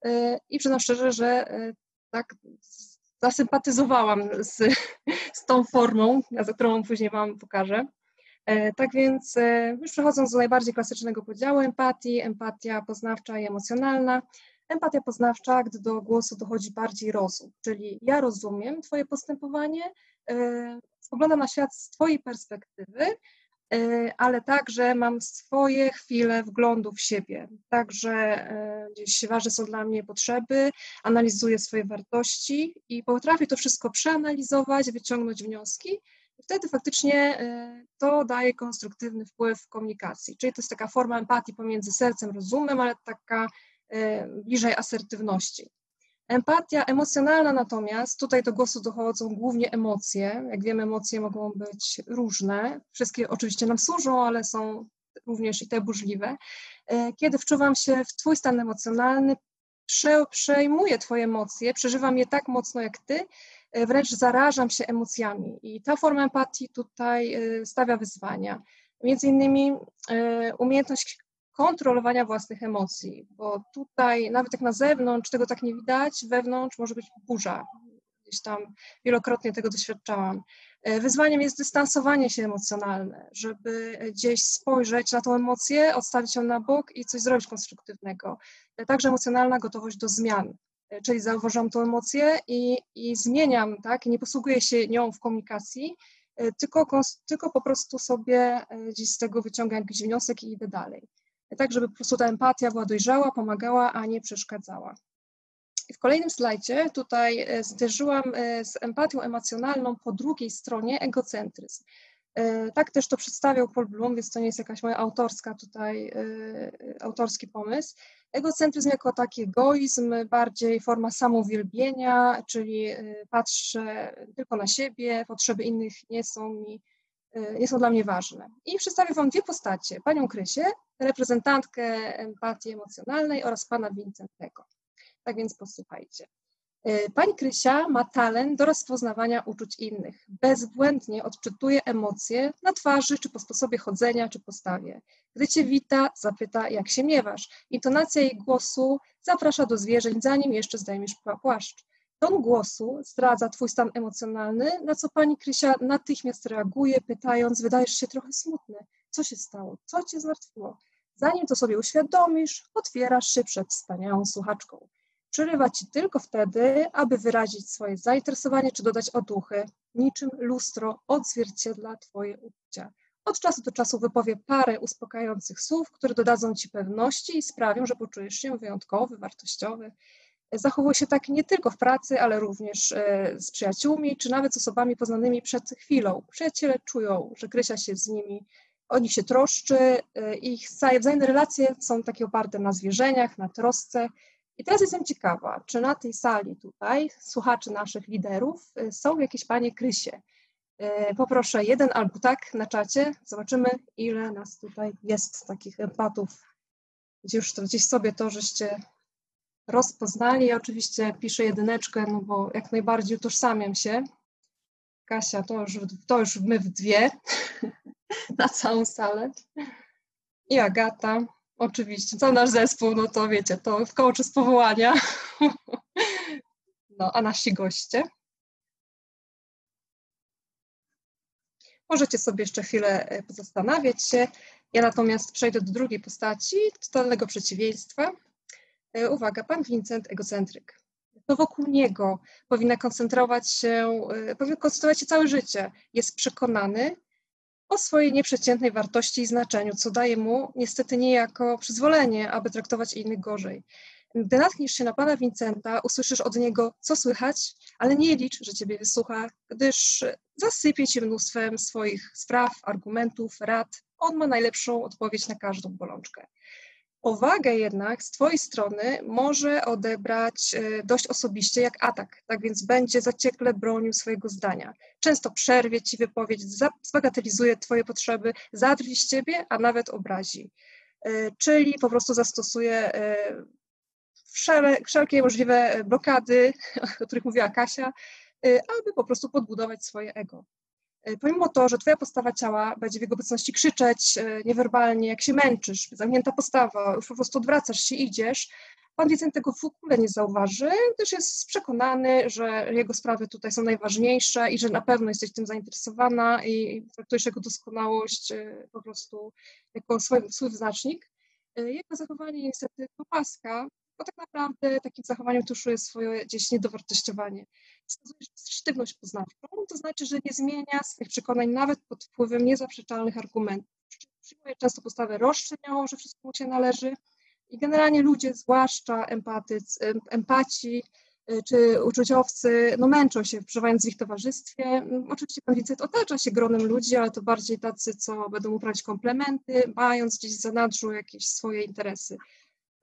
i przyznam szczerze, że tak zasympatyzowałam z, z tą formą, za którą później Wam pokażę. Tak więc już przechodząc do najbardziej klasycznego podziału empatii, empatia poznawcza i emocjonalna. Empatia poznawcza, gdy do głosu dochodzi bardziej rozum, czyli ja rozumiem Twoje postępowanie, spoglądam na świat z Twojej perspektywy, ale także mam swoje chwile wglądu w siebie. Także gdzieś ważne są dla mnie potrzeby, analizuję swoje wartości i potrafię to wszystko przeanalizować, wyciągnąć wnioski. I wtedy faktycznie to daje konstruktywny wpływ w komunikacji. Czyli to jest taka forma empatii pomiędzy sercem, rozumem, ale taka bliżej asertywności. Empatia emocjonalna natomiast, tutaj do głosu dochodzą głównie emocje. Jak wiemy, emocje mogą być różne. Wszystkie oczywiście nam służą, ale są również i te burzliwe. Kiedy wczuwam się w twój stan emocjonalny, prze, przejmuję twoje emocje, przeżywam je tak mocno jak ty, wręcz zarażam się emocjami. I ta forma empatii tutaj stawia wyzwania. Między innymi umiejętność kontrolowania własnych emocji, bo tutaj nawet jak na zewnątrz tego tak nie widać, wewnątrz może być burza. Gdzieś tam wielokrotnie tego doświadczałam. Wyzwaniem jest dystansowanie się emocjonalne, żeby gdzieś spojrzeć na tą emocję, odstawić ją na bok i coś zrobić konstruktywnego. Także emocjonalna gotowość do zmian, czyli zauważam tą emocję i, i zmieniam, tak? Nie posługuję się nią w komunikacji, tylko, tylko po prostu sobie gdzieś z tego wyciągam jakiś wniosek i idę dalej. Tak, żeby po prostu ta empatia była dojrzała, pomagała, a nie przeszkadzała. I w kolejnym slajdzie tutaj zderzyłam z empatią emocjonalną po drugiej stronie egocentryzm. Tak też to przedstawiał Paul Bloom, więc to nie jest jakaś moja autorska tutaj, autorski pomysł. Egocentryzm jako taki egoizm, bardziej forma samouwielbienia, czyli patrzę tylko na siebie, potrzeby innych nie są mi, nie są dla mnie ważne. I przedstawię wam dwie postacie, panią Krysię, reprezentantkę empatii emocjonalnej oraz pana Wincentego. Tak więc posłuchajcie. Pani Krysia ma talent do rozpoznawania uczuć innych. Bezbłędnie odczytuje emocje na twarzy, czy po sposobie chodzenia, czy postawie. Gdy cię wita, zapyta, jak się miewasz. Intonacja jej głosu zaprasza do zwierzeń, zanim jeszcze zdejmiesz płaszcz. Ton głosu zdradza twój stan emocjonalny, na co pani Krysia natychmiast reaguje, pytając, wydajesz się trochę smutny. Co się stało? Co cię zmartwiło? Zanim to sobie uświadomisz, otwierasz się przed wspaniałą słuchaczką. Przerywa ci tylko wtedy, aby wyrazić swoje zainteresowanie czy dodać otuchy. Niczym lustro odzwierciedla twoje uczucia. Od czasu do czasu wypowie parę uspokajających słów, które dodadzą ci pewności i sprawią, że poczujesz się wyjątkowy, wartościowy. Zachowuje się tak nie tylko w pracy, ale również z przyjaciółmi, czy nawet z osobami poznanymi przed chwilą. Przyjaciele czują, że Krysia się z nimi, o nich się troszczy, ich wzajemne relacje są takie oparte na zwierzeniach, na trosce. I teraz jestem ciekawa, czy na tej sali tutaj, słuchaczy naszych liderów, są jakieś panie Krysie. Poproszę jeden albo tak na czacie, zobaczymy, ile nas tutaj jest takich empatów, gdzie już gdzieś sobie to, żeście rozpoznali. Ja oczywiście piszę jedyneczkę, no bo jak najbardziej utożsamiam się. Kasia, to już, to już my w dwie, na całą salę. I Agata, oczywiście, cały nasz zespół, no to wiecie, to w kołczy z powołania. No, a nasi goście. Możecie sobie jeszcze chwilę pozastanawiać się. Ja natomiast przejdę do drugiej postaci, totalnego przeciwieństwa. Uwaga, pan Wincent, egocentryk. To wokół niego powinna koncentrować się, powinno koncentrować się całe życie. Jest przekonany o swojej nieprzeciętnej wartości i znaczeniu, co daje mu niestety niejako przyzwolenie, aby traktować innych gorzej. Gdy natkniesz się na pana Wincenta, usłyszysz od niego, co słychać, ale nie licz, że ciebie wysłucha, gdyż zasypie ci mnóstwem swoich spraw, argumentów, rad. On ma najlepszą odpowiedź na każdą bolączkę. Powagę jednak z twojej strony może odebrać dość osobiście jak atak, tak więc będzie zaciekle bronił swojego zdania. Często przerwie ci wypowiedź, zbagatelizuje twoje potrzeby, zadrwi z ciebie, a nawet obrazi. Czyli po prostu zastosuje wszelkie możliwe blokady, o których mówiła Kasia, aby po prostu podbudować swoje ego. Pomimo to, że twoja postawa ciała będzie w jego obecności krzyczeć niewerbalnie, jak się męczysz, zamknięta postawa, już po prostu odwracasz się, idziesz, pan Wincent tego w ogóle nie zauważy, gdyż jest przekonany, że jego sprawy tutaj są najważniejsze i że na pewno jesteś tym zainteresowana i traktujesz jego doskonałość po prostu jako swój, swój wyznacznik. Jego zachowanie niestety to łaska, bo tak naprawdę takim zachowaniem tuszuje swoje gdzieś niedowartościowanie. Wskazuje sztywność poznawczą, to znaczy, że nie zmienia swych przekonań nawet pod wpływem niezaprzeczalnych argumentów. Przyjmuje często postawę roszczeniową, że wszystko mu się należy i generalnie ludzie, zwłaszcza empatycy, empaci czy uczuciowcy, no męczą się, przebywając w ich towarzystwie. Oczywiście pan Wincent otacza się gronem ludzi, ale to bardziej tacy, co będą mu prawić komplementy, mając gdzieś w zanadrzu jakieś swoje interesy.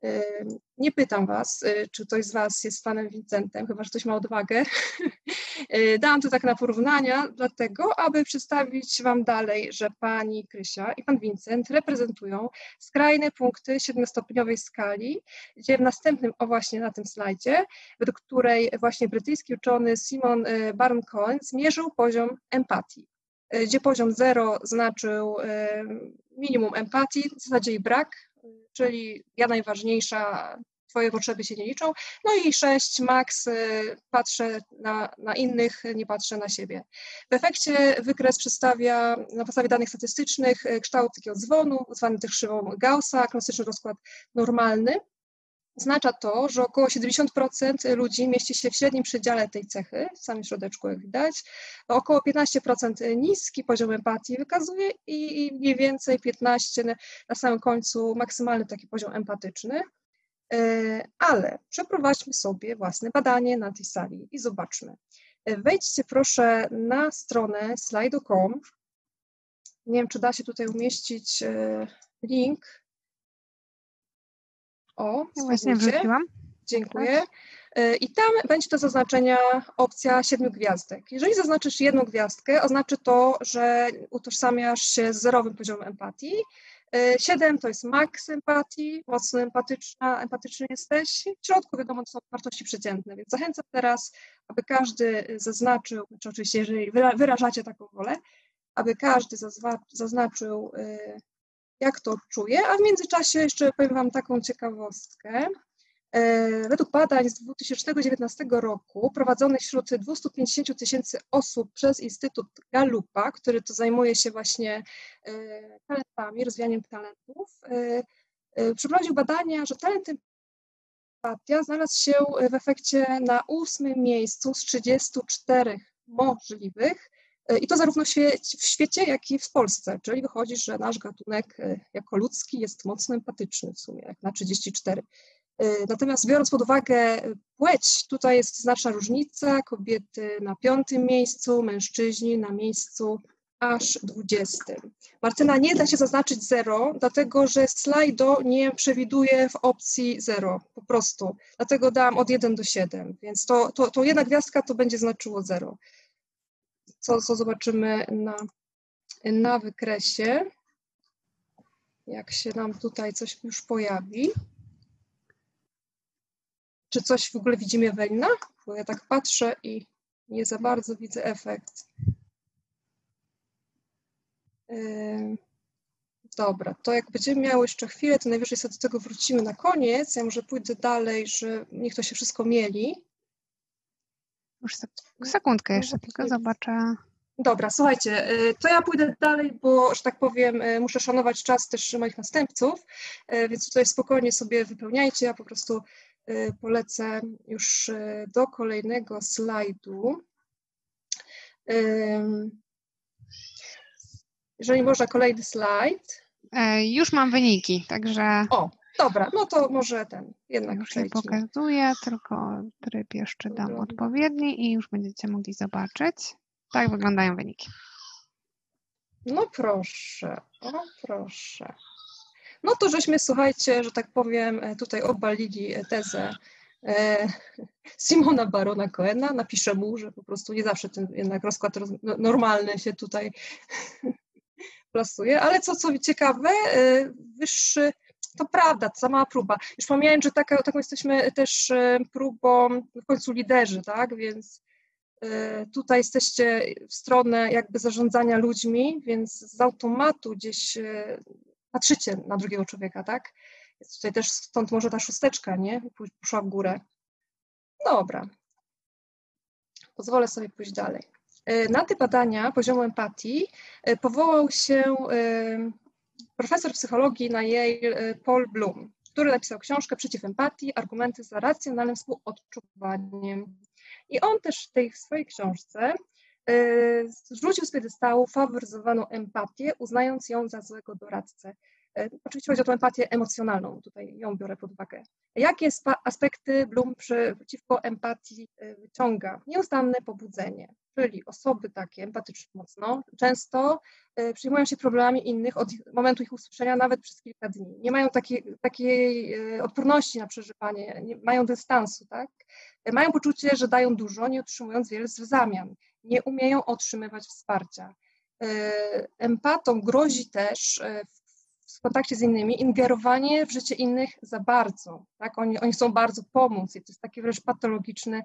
Nie pytam Was, czy ktoś z Was jest fanem Vincentem, chyba że ktoś ma odwagę. Dałam to tak na porównania, dlatego, aby przedstawić Wam dalej, że Pani Krysia i Pan Vincent reprezentują skrajne punkty siedmiostopniowej skali, gdzie w następnym, o właśnie na tym slajdzie, według której właśnie brytyjski uczony Simon Baron-Cohen zmierzył poziom empatii, gdzie poziom zero znaczył minimum empatii, w zasadzie i brak, czyli ja najważniejsza, Twoje potrzeby się nie liczą, no i sześć max, patrzę na, na innych, nie patrzę na siebie. W efekcie wykres przedstawia na podstawie danych statystycznych kształt takiego dzwonu, zwany też krzywą Gaussa, klasyczny rozkład normalny. Oznacza to, że około siedemdziesiąt procent ludzi mieści się w średnim przedziale tej cechy, w samym środeczku jak widać, około piętnaście procent niski poziom empatii wykazuje i mniej więcej piętnaście procent na samym końcu maksymalny taki poziom empatyczny. Ale przeprowadźmy sobie własne badanie na tej sali i zobaczmy. Wejdźcie proszę na stronę slido kropka com. Nie wiem, czy da się tutaj umieścić link. O, ja właśnie wrzuciłam. Dziękuję. I tam będzie do zaznaczenia opcja siedmiu gwiazdek. Jeżeli zaznaczysz jedną gwiazdkę, oznacza to, że utożsamiasz się z zerowym poziomem empatii. siedem to jest maks empatii, mocno empatyczna, empatyczny jesteś. W środku wiadomo, to są wartości przeciętne, więc zachęcam teraz, aby każdy zaznaczył, czy oczywiście jeżeli wyrażacie taką wolę, aby każdy zaznaczył, jak to czuje, a w międzyczasie jeszcze powiem Wam taką ciekawostkę. Według badań z dwa tysiące dziewiętnastego roku prowadzonych wśród dwieście pięćdziesiąt tysięcy osób przez Instytut Gallupa, który to zajmuje się właśnie talentami, rozwijaniem talentów, przeprowadził badania, że talent empatia znalazł się w efekcie na ósmym miejscu z trzydziestu czterech możliwych, i to zarówno w świecie, jak i w Polsce, czyli wychodzi, że nasz gatunek jako ludzki jest mocno empatyczny w sumie, jak na trzydzieści cztery. Natomiast biorąc pod uwagę płeć, tutaj jest znaczna różnica, kobiety na piątym miejscu, mężczyźni na miejscu aż dwudziestym. Martyna, nie da się zaznaczyć zero, dlatego że Slido nie przewiduje w opcji zero, po prostu. Dlatego dałam od jeden do siedmiu, więc to, to, to jedna gwiazdka to będzie znaczyło zero. Co, co zobaczymy na, na wykresie, jak się nam tutaj coś już pojawi. Czy coś w ogóle widzimy, Ewelina? Bo ja tak patrzę i nie za bardzo widzę efekt. Yy, dobra, to jak będziemy miały jeszcze chwilę, to najwyżej sobie do tego wrócimy na koniec. Ja może pójdę dalej, że niech to się wszystko mieli. Już sekundkę jeszcze, tylko zobaczę. Dobra, słuchajcie, to ja pójdę dalej, bo, że tak powiem, muszę szanować czas też moich następców, więc tutaj spokojnie sobie wypełniajcie, ja po prostu polecę już do kolejnego slajdu. Jeżeli można, kolejny slajd. Już mam wyniki, także... O, dobra, no to może ten, jednak już je pokazuję, tylko tryb jeszcze dam odpowiedni i już będziecie mogli zobaczyć. Tak wyglądają wyniki. No proszę, o proszę. No to żeśmy, słuchajcie, że tak powiem, tutaj obalili tezę e, Simona Barona-Cohena. Napiszę mu, że po prostu nie zawsze ten jednak rozkład roz, normalny się tutaj plasuje, ale co, co ciekawe, e, wyższy, to prawda, to sama próba. Już pomijając, że taka, taką jesteśmy też próbą w końcu liderzy, tak, więc tutaj jesteście w stronę jakby zarządzania ludźmi, więc z automatu gdzieś patrzycie na drugiego człowieka, tak? Więc tutaj też stąd może ta szósteczka, nie? Poszła w górę. Dobra. Pozwolę sobie pójść dalej. Na te badania poziomu empatii powołał się profesor psychologii na Yale Paul Bloom, który napisał książkę Przeciw empatii, argumenty za racjonalnym współodczuwaniem. I on też w tej swojej książce y, zrzucił z piedestału faworyzowaną empatię, uznając ją za złego doradcę. Y, oczywiście chodzi o tę empatię emocjonalną, tutaj ją biorę pod uwagę. Jakie aspekty Bloom przeciwko empatii wyciąga? Nieustanne pobudzenie, czyli osoby takie empatyczne mocno często przejmują się problemami innych od momentu ich usłyszenia nawet przez kilka dni. Nie mają takiej, takiej odporności na przeżywanie, nie, mają dystansu, tak? Mają poczucie, że dają dużo, nie otrzymując wiele w zamian. Nie umieją otrzymywać wsparcia. Empatom grozi też w kontakcie z innymi ingerowanie w życie innych za bardzo. Tak? Oni, oni chcą bardzo pomóc i to jest taki wręcz patologiczny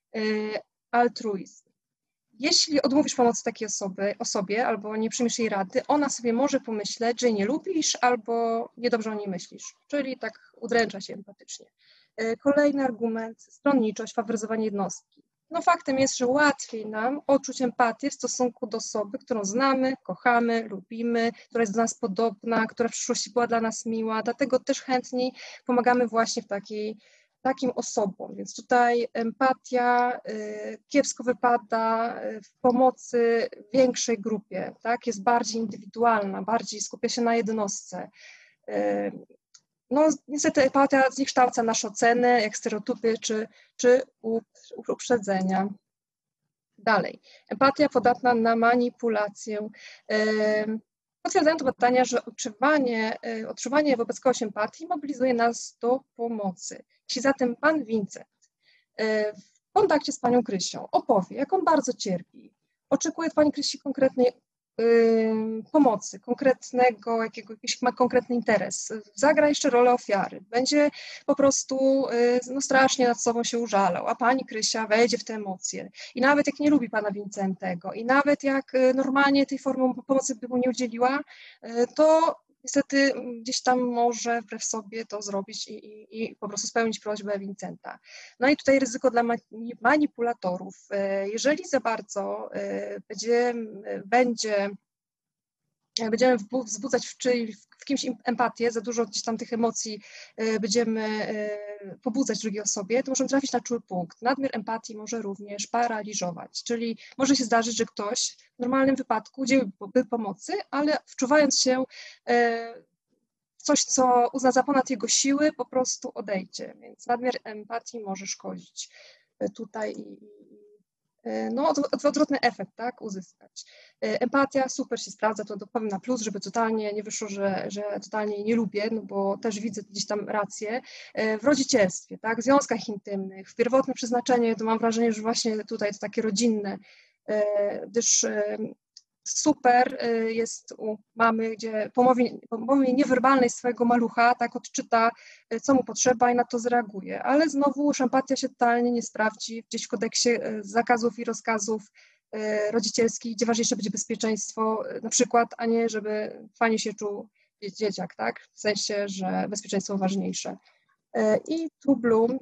altruizm. Jeśli odmówisz pomocy takiej osoby, osobie albo nie przyjmiesz jej rady, ona sobie może pomyśleć, że jej nie lubisz albo niedobrze o niej myślisz, czyli tak udręcza się empatycznie. Kolejny argument, stronniczość, faworyzowanie jednostki. No faktem jest, że łatwiej nam odczuć empatię w stosunku do osoby, którą znamy, kochamy, lubimy, która jest do nas podobna, która w przyszłości była dla nas miła, dlatego też chętniej pomagamy właśnie w takiej takim osobom, więc tutaj empatia y, kiepsko wypada w pomocy większej grupie, tak? Jest bardziej indywidualna, bardziej skupia się na jednostce. Y, no niestety empatia zniekształca nasze oceny, jak stereotypy czy, czy uprzedzenia. Dalej, empatia podatna na manipulację. Y, Potwierdzają to badania, że odczuwanie, odczuwanie wobec kogoś empatii mobilizuje nas do pomocy. Jeśli zatem pan Vincent w kontakcie z panią Krysią opowie, jak on bardzo cierpi, oczekuje od pani Krysi konkretnej y, pomocy, konkretnego, jakiegoś ma konkretny interes, zagra jeszcze rolę ofiary, będzie po prostu y, no, strasznie nad sobą się użalał, a pani Krysia wejdzie w te emocje. I nawet jak nie lubi pana Vincentego i nawet jak normalnie tej formy pomocy by mu nie udzieliła, y, to niestety gdzieś tam może wbrew sobie to zrobić i, i, i po prostu spełnić prośbę Vincenta. No i tutaj ryzyko dla manipulatorów. Jeżeli za bardzo będzie, będzie będziemy wzbudzać w, czy, w kimś empatię, za dużo gdzieś tam tych emocji będziemy pobudzać drugiej osobie, to możemy trafić na czuły punkt. Nadmiar empatii może również paraliżować, czyli może się zdarzyć, że ktoś w normalnym wypadku udzieliłby pomocy, ale wczuwając się w coś, co uzna za ponad jego siły, po prostu odejdzie, więc nadmiar empatii może szkodzić tutaj i no, odwrotny efekt, tak, uzyskać. Empatia super się sprawdza, to dopowiem na plus, żeby totalnie nie wyszło, że, że totalnie nie lubię, no bo też widzę gdzieś tam rację. W rodzicielstwie, tak, w związkach intymnych, w pierwotne przeznaczenie, to mam wrażenie, że właśnie tutaj jest takie rodzinne, gdyż super jest u mamy, gdzie po mowie, po mowie niewerbalnej swojego malucha tak odczyta, co mu potrzeba i na to zareaguje. Ale znowu empatia się totalnie nie sprawdzi gdzieś w kodeksie zakazów i rozkazów rodzicielskich, gdzie ważniejsze będzie bezpieczeństwo na przykład, a nie żeby fajnie się czuł dzieciak, tak? W sensie, że bezpieczeństwo ważniejsze. I tu Bloom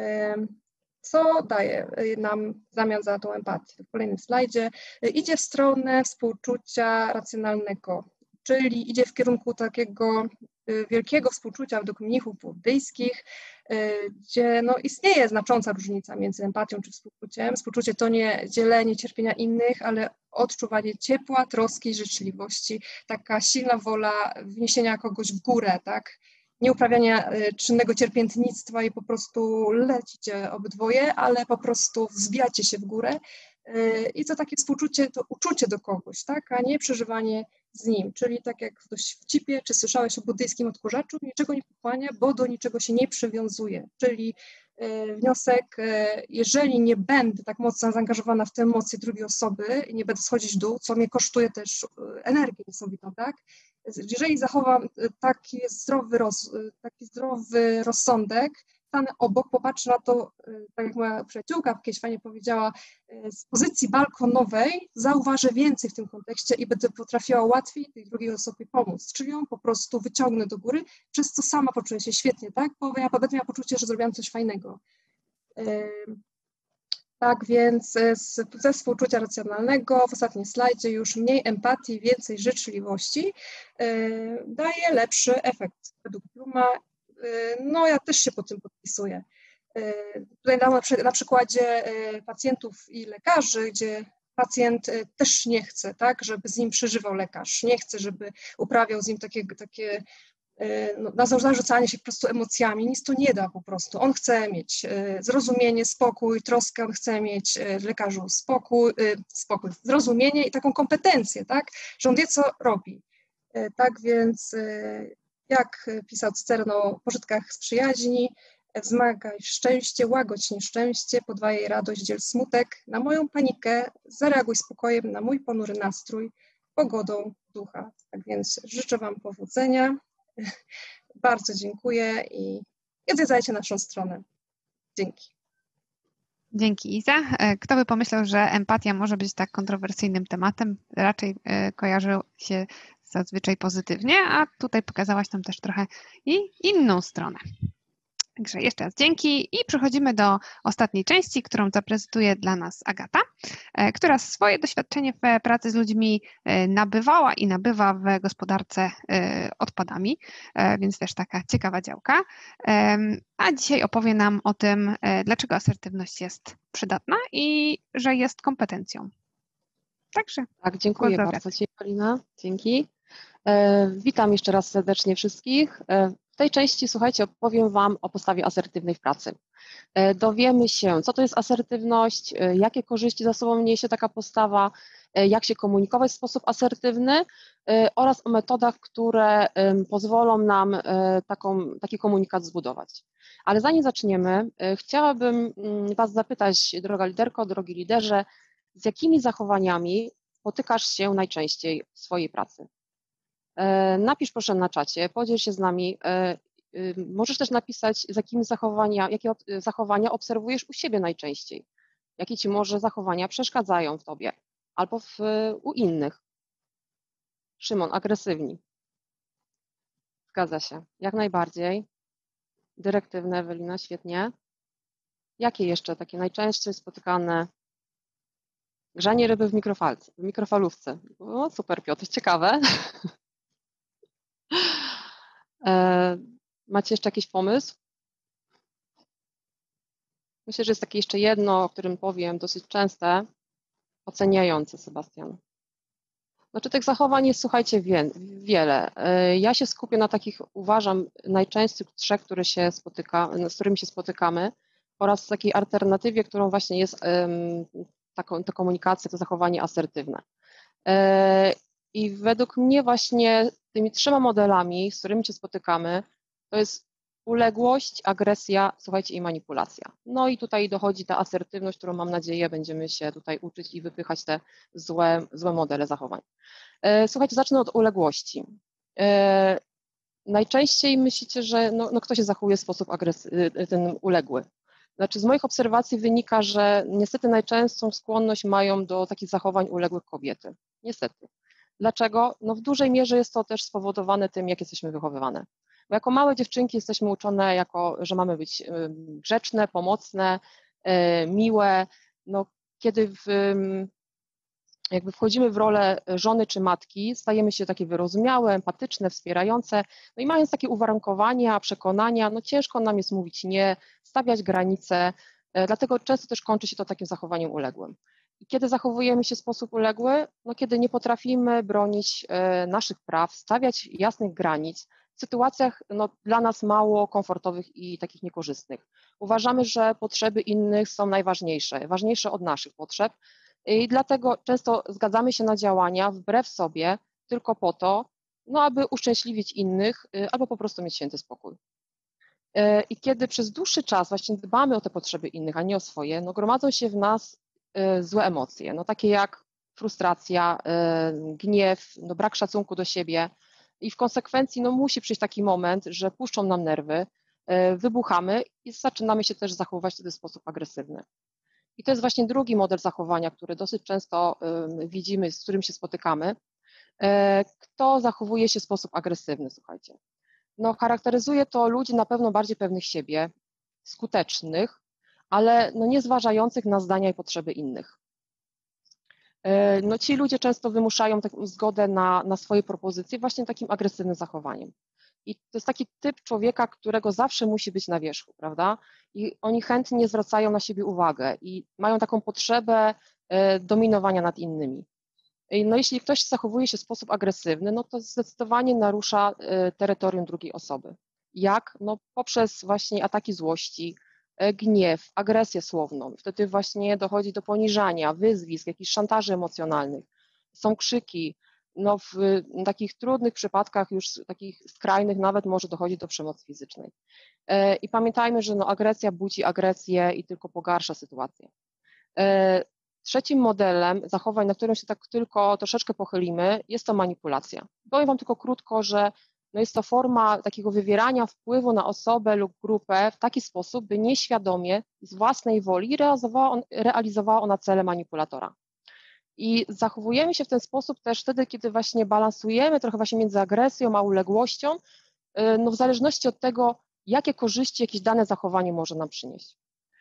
co daje nam w zamian za tą empatię? W kolejnym slajdzie idzie w stronę współczucia racjonalnego, czyli idzie w kierunku takiego wielkiego współczucia według mnichów buddyjskich, gdzie no, istnieje znacząca różnica między empatią czy współczuciem. Współczucie to nie dzielenie cierpienia innych, ale odczuwanie ciepła, troski, życzliwości, taka silna wola wniesienia kogoś w górę, tak? Nie uprawiania czynnego cierpiętnictwa i po prostu lecicie obydwoje, ale po prostu wzbijacie się w górę i to takie współczucie, to uczucie do kogoś, tak, a nie przeżywanie z nim, czyli tak jak w dowcipie, czy słyszałeś o buddyjskim odkurzaczu, niczego nie pochłania, bo do niczego się nie przywiązuje, czyli wniosek, jeżeli nie będę tak mocno zaangażowana w te emocje drugiej osoby i nie będę schodzić w dół, co mnie kosztuje też energię niesamowitą, tak, jeżeli zachowam taki zdrowy, roz, taki zdrowy rozsądek, stanę obok, popatrzę na to, tak jak moja przyjaciółka kiedyś fajnie powiedziała, z pozycji balkonowej zauważę więcej w tym kontekście i będę potrafiła łatwiej tej drugiej osobie pomóc, czyli ją po prostu wyciągnę do góry, przez co sama poczuję się świetnie, tak? Bo ja będę miała poczucie, że zrobiłam coś fajnego. Tak więc ze współczucia racjonalnego, w ostatnim slajdzie już mniej empatii, więcej życzliwości daje lepszy efekt według Blooma. No ja też się po tym podpisuję. Tutaj dam na przykładzie pacjentów i lekarzy, gdzie pacjent też nie chce, tak, żeby z nim przeżywał lekarz, nie chce, żeby uprawiał z nim takie, takie no, na zarzucanie się po prostu emocjami, nic to nie da po prostu. On chce mieć zrozumienie, spokój, troskę, on chce mieć w lekarzu spokój, spokój, zrozumienie i taką kompetencję, tak, że on wie, co robi. Tak więc, jak pisał Cycerno o pożytkach z przyjaźni, wzmagaj szczęście, łagodź nieszczęście, podwajaj radość, dziel smutek, na moją panikę zareaguj spokojem, na mój ponury nastrój, pogodą ducha. Tak więc życzę Wam powodzenia. Bardzo dziękuję i odwiedzajcie naszą stronę. Dzięki. Dzięki, Iza. Kto by pomyślał, że empatia może być tak kontrowersyjnym tematem? Raczej kojarzy się zazwyczaj pozytywnie, a tutaj pokazałaś nam też trochę i inną stronę. Także jeszcze raz dzięki i przechodzimy do ostatniej części, którą zaprezentuje dla nas Agata, która swoje doświadczenie w pracy z ludźmi nabywała i nabywa w gospodarce odpadami, więc też taka ciekawa działka. A dzisiaj opowie nam o tym, dlaczego asertywność jest przydatna i że jest kompetencją. Także tak, dziękuję bardzo Ci, Paulina. Dzięki. Witam jeszcze raz serdecznie wszystkich. W tej części, słuchajcie, opowiem Wam o postawie asertywnej w pracy. Dowiemy się, co to jest asertywność, jakie korzyści za sobą niesie taka postawa, jak się komunikować w sposób asertywny oraz o metodach, które pozwolą nam taką, taki komunikat zbudować. Ale zanim zaczniemy, chciałabym Was zapytać, droga liderko, drogi liderze, z jakimi zachowaniami spotykasz się najczęściej w swojej pracy? Napisz proszę na czacie, podziel się z nami. Możesz też napisać, z jakimi zachowania, jakie zachowania obserwujesz u siebie najczęściej. Jakie Ci może zachowania przeszkadzają w Tobie albo w, u innych. Szymon, agresywni. Zgadza się, jak najbardziej. Dyrektywne, Ewelina, świetnie. Jakie jeszcze takie najczęściej spotykane? Grzanie ryby w mikrofalce, w mikrofalówce. O, super, Piotr, ciekawe. Macie jeszcze jakiś pomysł? Myślę, że jest takie jeszcze jedno, o którym powiem, dosyć częste, oceniające, Sebastian. Znaczy tych zachowań jest, słuchajcie, wie, wiele. Ja się skupię na takich, uważam, najczęstszych trzech, które się spotyka, z którymi się spotykamy oraz takiej alternatywie, którą właśnie jest um, taką, ta komunikacja, to zachowanie asertywne. I według mnie właśnie tymi trzema modelami, z którymi się spotykamy, to jest uległość, agresja, słuchajcie, i manipulacja. No i tutaj dochodzi ta asertywność, którą mam nadzieję będziemy się tutaj uczyć i wypychać te złe, złe modele zachowań. Słuchajcie, zacznę od uległości. Najczęściej myślicie, że no, no kto się zachowuje w sposób agresywny, ten uległy. Znaczy z moich obserwacji wynika, że niestety najczęstszą skłonność mają do takich zachowań uległych kobiety. Niestety. Dlaczego? No w dużej mierze jest to też spowodowane tym, jak jesteśmy wychowywane. Bo jako małe dziewczynki jesteśmy uczone, jako, że mamy być grzeczne, pomocne, miłe. No, kiedy w, jakby wchodzimy w rolę żony czy matki, stajemy się takie wyrozumiałe, empatyczne, wspierające. No i mając takie uwarunkowania, przekonania, no ciężko nam jest mówić nie, stawiać granice, dlatego często też kończy się to takim zachowaniem uległym. I kiedy zachowujemy się w sposób uległy? No kiedy nie potrafimy bronić naszych praw, stawiać jasnych granic w sytuacjach no, dla nas mało komfortowych i takich niekorzystnych. Uważamy, że potrzeby innych są najważniejsze, ważniejsze od naszych potrzeb i dlatego często zgadzamy się na działania wbrew sobie tylko po to, no aby uszczęśliwić innych albo po prostu mieć święty spokój. I kiedy przez dłuższy czas właśnie dbamy o te potrzeby innych, a nie o swoje, no gromadzą się w nas złe emocje, no takie jak frustracja, gniew, no brak szacunku do siebie i w konsekwencji no musi przyjść taki moment, że puszczą nam nerwy, wybuchamy i zaczynamy się też zachowywać wtedy w sposób agresywny. I to jest właśnie drugi model zachowania, który dosyć często widzimy, z którym się spotykamy. Kto zachowuje się w sposób agresywny, słuchajcie. No charakteryzuje to ludzi na pewno bardziej pewnych siebie, skutecznych, ale no nie zważających na zdania i potrzeby innych. No ci ludzie często wymuszają taką zgodę na, na swoje propozycje właśnie takim agresywnym zachowaniem. I to jest taki typ człowieka, którego zawsze musi być na wierzchu, prawda? I oni chętnie zwracają na siebie uwagę i mają taką potrzebę dominowania nad innymi. No jeśli ktoś zachowuje się w sposób agresywny, no to zdecydowanie narusza terytorium drugiej osoby. Jak? No poprzez właśnie ataki złości, gniew, agresję słowną. Wtedy właśnie dochodzi do poniżania, wyzwisk, jakichś szantaży emocjonalnych. Są krzyki. No w takich trudnych przypadkach, już takich skrajnych, nawet może dochodzić do przemocy fizycznej. I pamiętajmy, że no agresja budzi agresję i tylko pogarsza sytuację. Trzecim modelem zachowań, na którym się tak tylko troszeczkę pochylimy, jest to manipulacja. Powiem Wam tylko krótko, że no jest to forma takiego wywierania wpływu na osobę lub grupę w taki sposób, by nieświadomie, z własnej woli realizowała, on, realizowała ona cele manipulatora. I zachowujemy się w ten sposób też wtedy, kiedy właśnie balansujemy trochę właśnie między agresją a uległością, no w zależności od tego, jakie korzyści jakieś dane zachowanie może nam przynieść.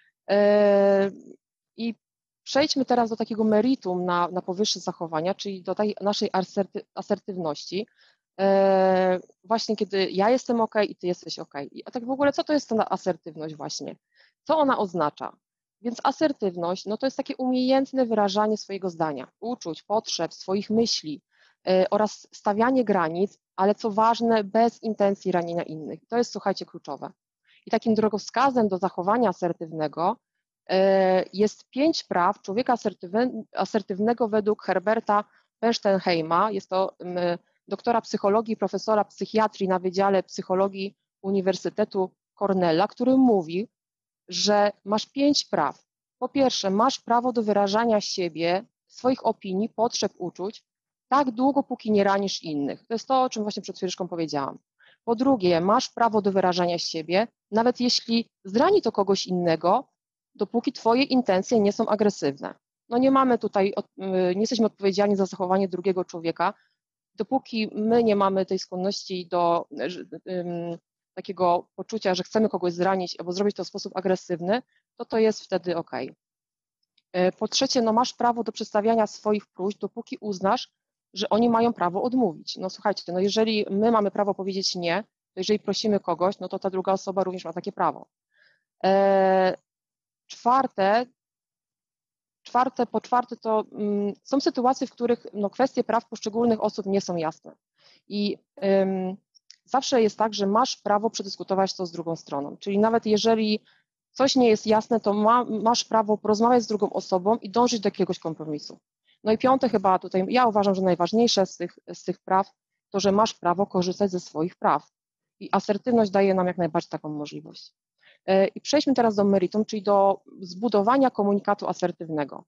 I przejdźmy teraz do takiego meritum na, na powyższe zachowania, czyli do tej naszej aserty, asertywności, e, właśnie kiedy ja jestem ok i ty jesteś ok. A tak w ogóle co to jest ta asertywność właśnie? Co ona oznacza? Więc asertywność, no to jest takie umiejętne wyrażanie swojego zdania, uczuć, potrzeb, swoich myśli e, oraz stawianie granic, ale co ważne, bez intencji ranienia innych. To jest, słuchajcie, kluczowe. I takim drogowskazem do zachowania asertywnego jest pięć praw człowieka asertywnego według Herberta Bernsteinheima. Jest to doktora psychologii, profesora psychiatrii na Wydziale Psychologii Uniwersytetu Cornella, który mówi, że masz pięć praw. Po pierwsze, masz prawo do wyrażania siebie, swoich opinii, potrzeb, uczuć, tak długo, póki nie ranisz innych. To jest to, o czym właśnie przed chwileczką powiedziałam. Po drugie, masz prawo do wyrażania siebie, nawet jeśli zrani to kogoś innego, dopóki twoje intencje nie są agresywne. No nie mamy tutaj, nie jesteśmy odpowiedzialni za zachowanie drugiego człowieka, dopóki my nie mamy tej skłonności do um, takiego poczucia, że chcemy kogoś zranić albo zrobić to w sposób agresywny, to to jest wtedy ok. Po trzecie, no masz prawo do przedstawiania swoich próśb, dopóki uznasz, że oni mają prawo odmówić. No słuchajcie, no jeżeli my mamy prawo powiedzieć nie, to jeżeli prosimy kogoś, no to ta druga osoba również ma takie prawo. E, czwarte, czwarte, po czwarte to um, są sytuacje, w których no, kwestie praw poszczególnych osób nie są jasne. I um, zawsze jest tak, że masz prawo przedyskutować to z drugą stroną. Czyli nawet jeżeli coś nie jest jasne, to ma, masz prawo porozmawiać z drugą osobą i dążyć do jakiegoś kompromisu. No i piąte chyba tutaj, ja uważam, że najważniejsze z tych, z tych praw, to, że masz prawo korzystać ze swoich praw. I asertywność daje nam jak najbardziej taką możliwość. I przejdźmy teraz do meritum, czyli do zbudowania komunikatu asertywnego.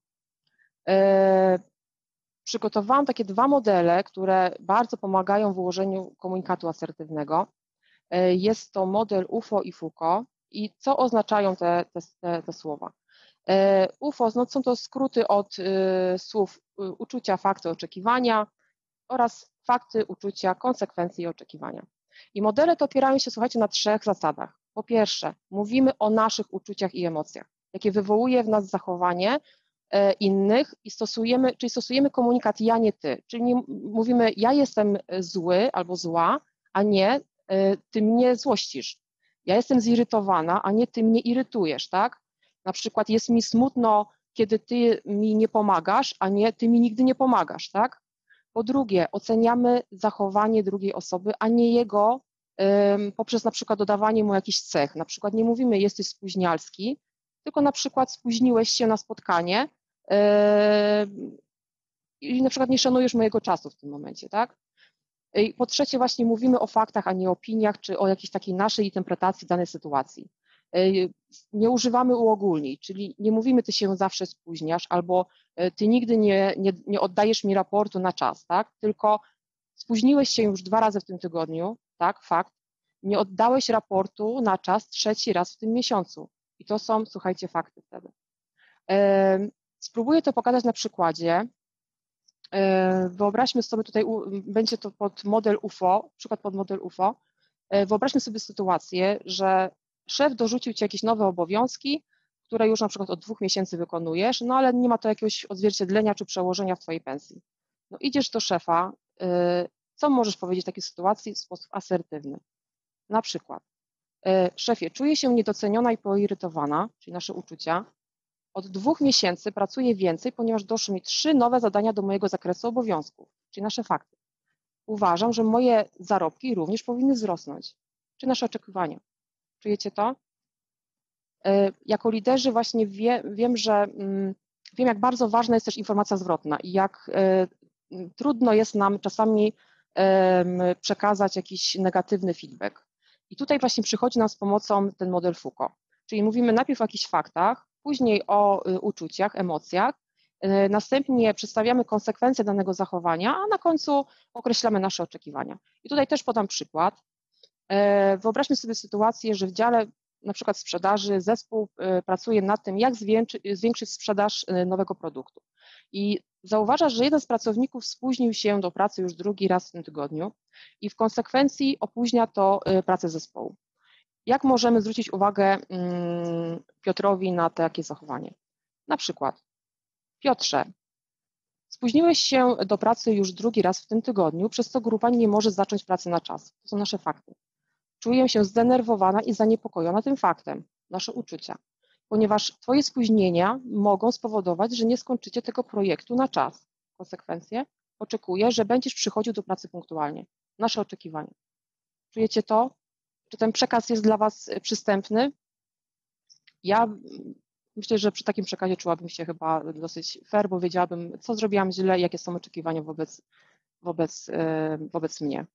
Przygotowałam takie dwa modele, które bardzo pomagają w ułożeniu komunikatu asertywnego. Jest to model U F O i F U C O. I co oznaczają te, te, te słowa? U F O no, są to skróty od y, słów y, uczucia, fakty, oczekiwania oraz fakty, uczucia, konsekwencje i oczekiwania. I modele te opierają się, słuchajcie, na trzech zasadach. Po pierwsze, mówimy o naszych uczuciach i emocjach, jakie wywołuje w nas zachowanie e, innych i stosujemy, czyli stosujemy komunikat ja, nie ty, czyli nie, mówimy ja jestem zły albo zła, a nie e, ty mnie złościsz. Ja jestem zirytowana, a nie ty mnie irytujesz, tak? Na przykład jest mi smutno, kiedy ty mi nie pomagasz, a nie ty mi nigdy nie pomagasz, tak? Po drugie, oceniamy zachowanie drugiej osoby, a nie jego um, poprzez na przykład dodawanie mu jakichś cech. Na przykład nie mówimy jesteś spóźnialski, tylko na przykład spóźniłeś się na spotkanie um, i na przykład nie szanujesz mojego czasu w tym momencie, tak? I po trzecie właśnie mówimy o faktach, a nie opiniach, czy o jakiejś takiej naszej interpretacji danej sytuacji. Nie używamy uogólnień, czyli nie mówimy ty się zawsze spóźniasz, albo ty nigdy nie, nie, nie oddajesz mi raportu na czas, tak? Tylko spóźniłeś się już dwa razy w tym tygodniu, tak? Fakt. Nie oddałeś raportu na czas trzeci raz w tym miesiącu. I to są, słuchajcie, fakty wtedy. Spróbuję to pokazać na przykładzie. Wyobraźmy sobie tutaj, będzie to pod model U F O, przykład pod model U F O. Wyobraźmy sobie sytuację, że szef dorzucił ci jakieś nowe obowiązki, które już na przykład od dwóch miesięcy wykonujesz, no ale nie ma to jakiegoś odzwierciedlenia czy przełożenia w twojej pensji. No idziesz do szefa, co możesz powiedzieć w takiej sytuacji w sposób asertywny? Na przykład, szefie, czuję się niedoceniona i poirytowana, czyli nasze uczucia, Od dwóch miesięcy pracuję więcej, ponieważ doszły mi trzy nowe zadania do mojego zakresu obowiązków, czyli nasze fakty. Uważam, że moje zarobki również powinny wzrosnąć, czy nasze oczekiwania. Czujecie to? Jako liderzy właśnie wie, wiem, że wiem, jak bardzo ważna jest też informacja zwrotna i jak trudno jest nam czasami przekazać jakiś negatywny feedback. I tutaj właśnie przychodzi nam z pomocą ten model Foucault. Czyli mówimy najpierw o jakichś faktach, później o uczuciach, emocjach, następnie przedstawiamy konsekwencje danego zachowania, a na końcu określamy nasze oczekiwania. I tutaj też podam przykład. Wyobraźmy sobie sytuację, że w dziale na przykład sprzedaży zespół pracuje nad tym, jak zwiększyć sprzedaż nowego produktu. I zauważa, że jeden z pracowników spóźnił się do pracy już drugi raz w tym tygodniu i w konsekwencji opóźnia to pracę zespołu. Jak możemy zwrócić uwagę Piotrowi na takie zachowanie? Na przykład, Piotrze, spóźniłeś się do pracy już drugi raz w tym tygodniu, przez co grupa nie może zacząć pracy na czas. To są nasze fakty. Czuję się zdenerwowana i zaniepokojona tym faktem, nasze uczucia, ponieważ Twoje spóźnienia mogą spowodować, że nie skończycie tego projektu na czas. Konsekwencje? Oczekuję, że będziesz przychodził do pracy punktualnie. Nasze oczekiwania. Czujecie to? Czy ten przekaz jest dla Was przystępny? Ja myślę, że przy takim przekazie czułabym się chyba dosyć fair, bo wiedziałabym, co zrobiłam źle, jakie są oczekiwania wobec, wobec, wobec mnie.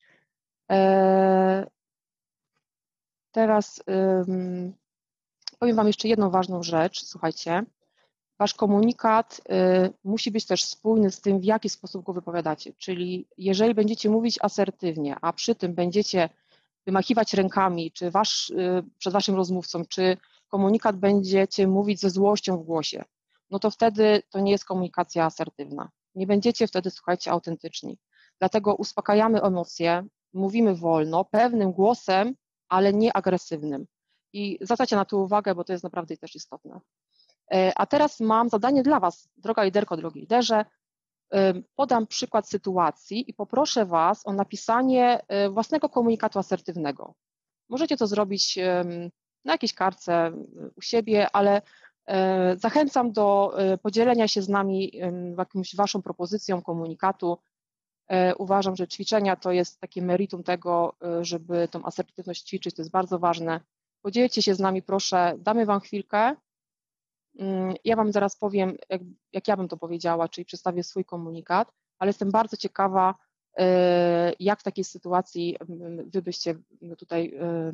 Teraz powiem Wam jeszcze jedną ważną rzecz. Słuchajcie, Wasz komunikat musi być też spójny z tym, w jaki sposób go wypowiadacie. Czyli jeżeli będziecie mówić asertywnie, a przy tym będziecie wymachiwać rękami, czy wasz, przed Waszym rozmówcą, czy komunikat będziecie mówić ze złością w głosie, no to wtedy to nie jest komunikacja asertywna. Nie będziecie wtedy, słuchajcie, autentyczni. Dlatego uspokajamy emocje, mówimy wolno, pewnym głosem, ale nie agresywnym. I zwracajcie na to uwagę, bo to jest naprawdę też istotne. A teraz mam zadanie dla Was, droga liderko, drogi liderze. Podam przykład sytuacji i poproszę Was o napisanie własnego komunikatu asertywnego. Możecie to zrobić na jakiejś kartce u siebie, ale zachęcam do podzielenia się z nami jakąś Waszą propozycją komunikatu. Uważam, że ćwiczenia to jest takie meritum tego, żeby tą asertywność ćwiczyć, to jest bardzo ważne. Podzielcie się z nami, proszę, damy Wam chwilkę. Ja Wam zaraz powiem, jak, jak ja bym to powiedziała, czyli przedstawię swój komunikat, ale jestem bardzo ciekawa, jak w takiej sytuacji Wy byście tutaj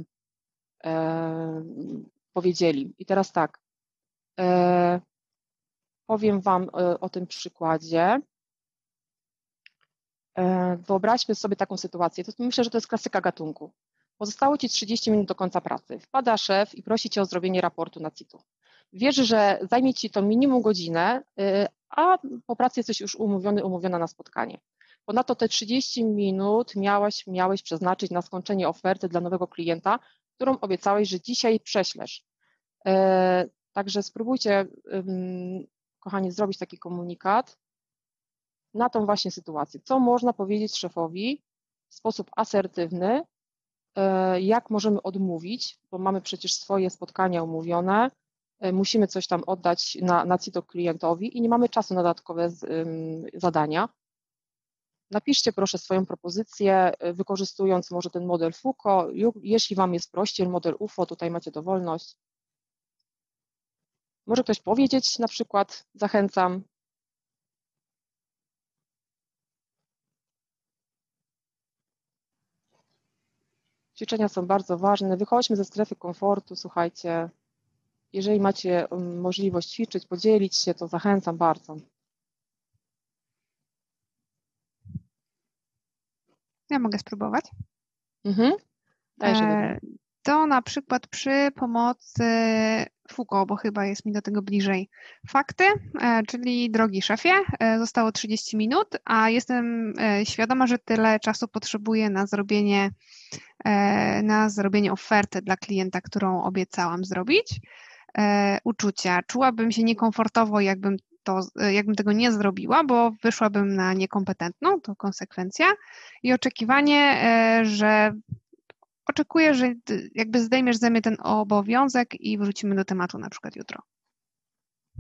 powiedzieli. I teraz tak, powiem Wam o tym przykładzie. Wyobraźmy sobie taką sytuację, to myślę, że to jest klasyka gatunku. Pozostało Ci trzydzieści minut do końca pracy. Wpada szef i prosi Cię o zrobienie raportu na C I T-u. Wiesz, że zajmie Ci to minimum godzinę, a po pracy jesteś już umówiony, umówiona na spotkanie. Ponadto te trzydzieści minut miałeś, miałeś przeznaczyć na skończenie oferty dla nowego klienta, którą obiecałeś, że dzisiaj prześlesz. Także spróbujcie, kochani, zrobić taki komunikat na tą właśnie sytuację. Co można powiedzieć szefowi w sposób asertywny, jak możemy odmówić, bo mamy przecież swoje spotkania umówione, musimy coś tam oddać na, na C I T O klientowi i nie mamy czasu na dodatkowe z, um, zadania. Napiszcie proszę swoją propozycję, wykorzystując może ten model Foucault. Jeśli Wam jest prościej, model U F O, tutaj macie dowolność. Może ktoś powiedzieć na przykład, zachęcam. Ćwiczenia są bardzo ważne. Wychodźmy ze strefy komfortu, słuchajcie. Jeżeli macie możliwość ćwiczyć, podzielić się, to zachęcam bardzo. Ja mogę spróbować. Mhm. E, to na przykład przy pomocy Foucault, bo chyba jest mi do tego bliżej. Fakty, e, czyli drogi szefie, e, zostało trzydzieści minut, a jestem e, świadoma, że tyle czasu potrzebuję na zrobienie, e, na zrobienie oferty dla klienta, którą obiecałam zrobić. E, uczucia. Czułabym się niekomfortowo, jakbym, to, jakbym tego nie zrobiła, bo wyszłabym na niekompetentną, to konsekwencja. I oczekiwanie, e, że oczekuję, że jakby zdejmiesz ze mnie ten obowiązek i wrócimy do tematu na przykład jutro.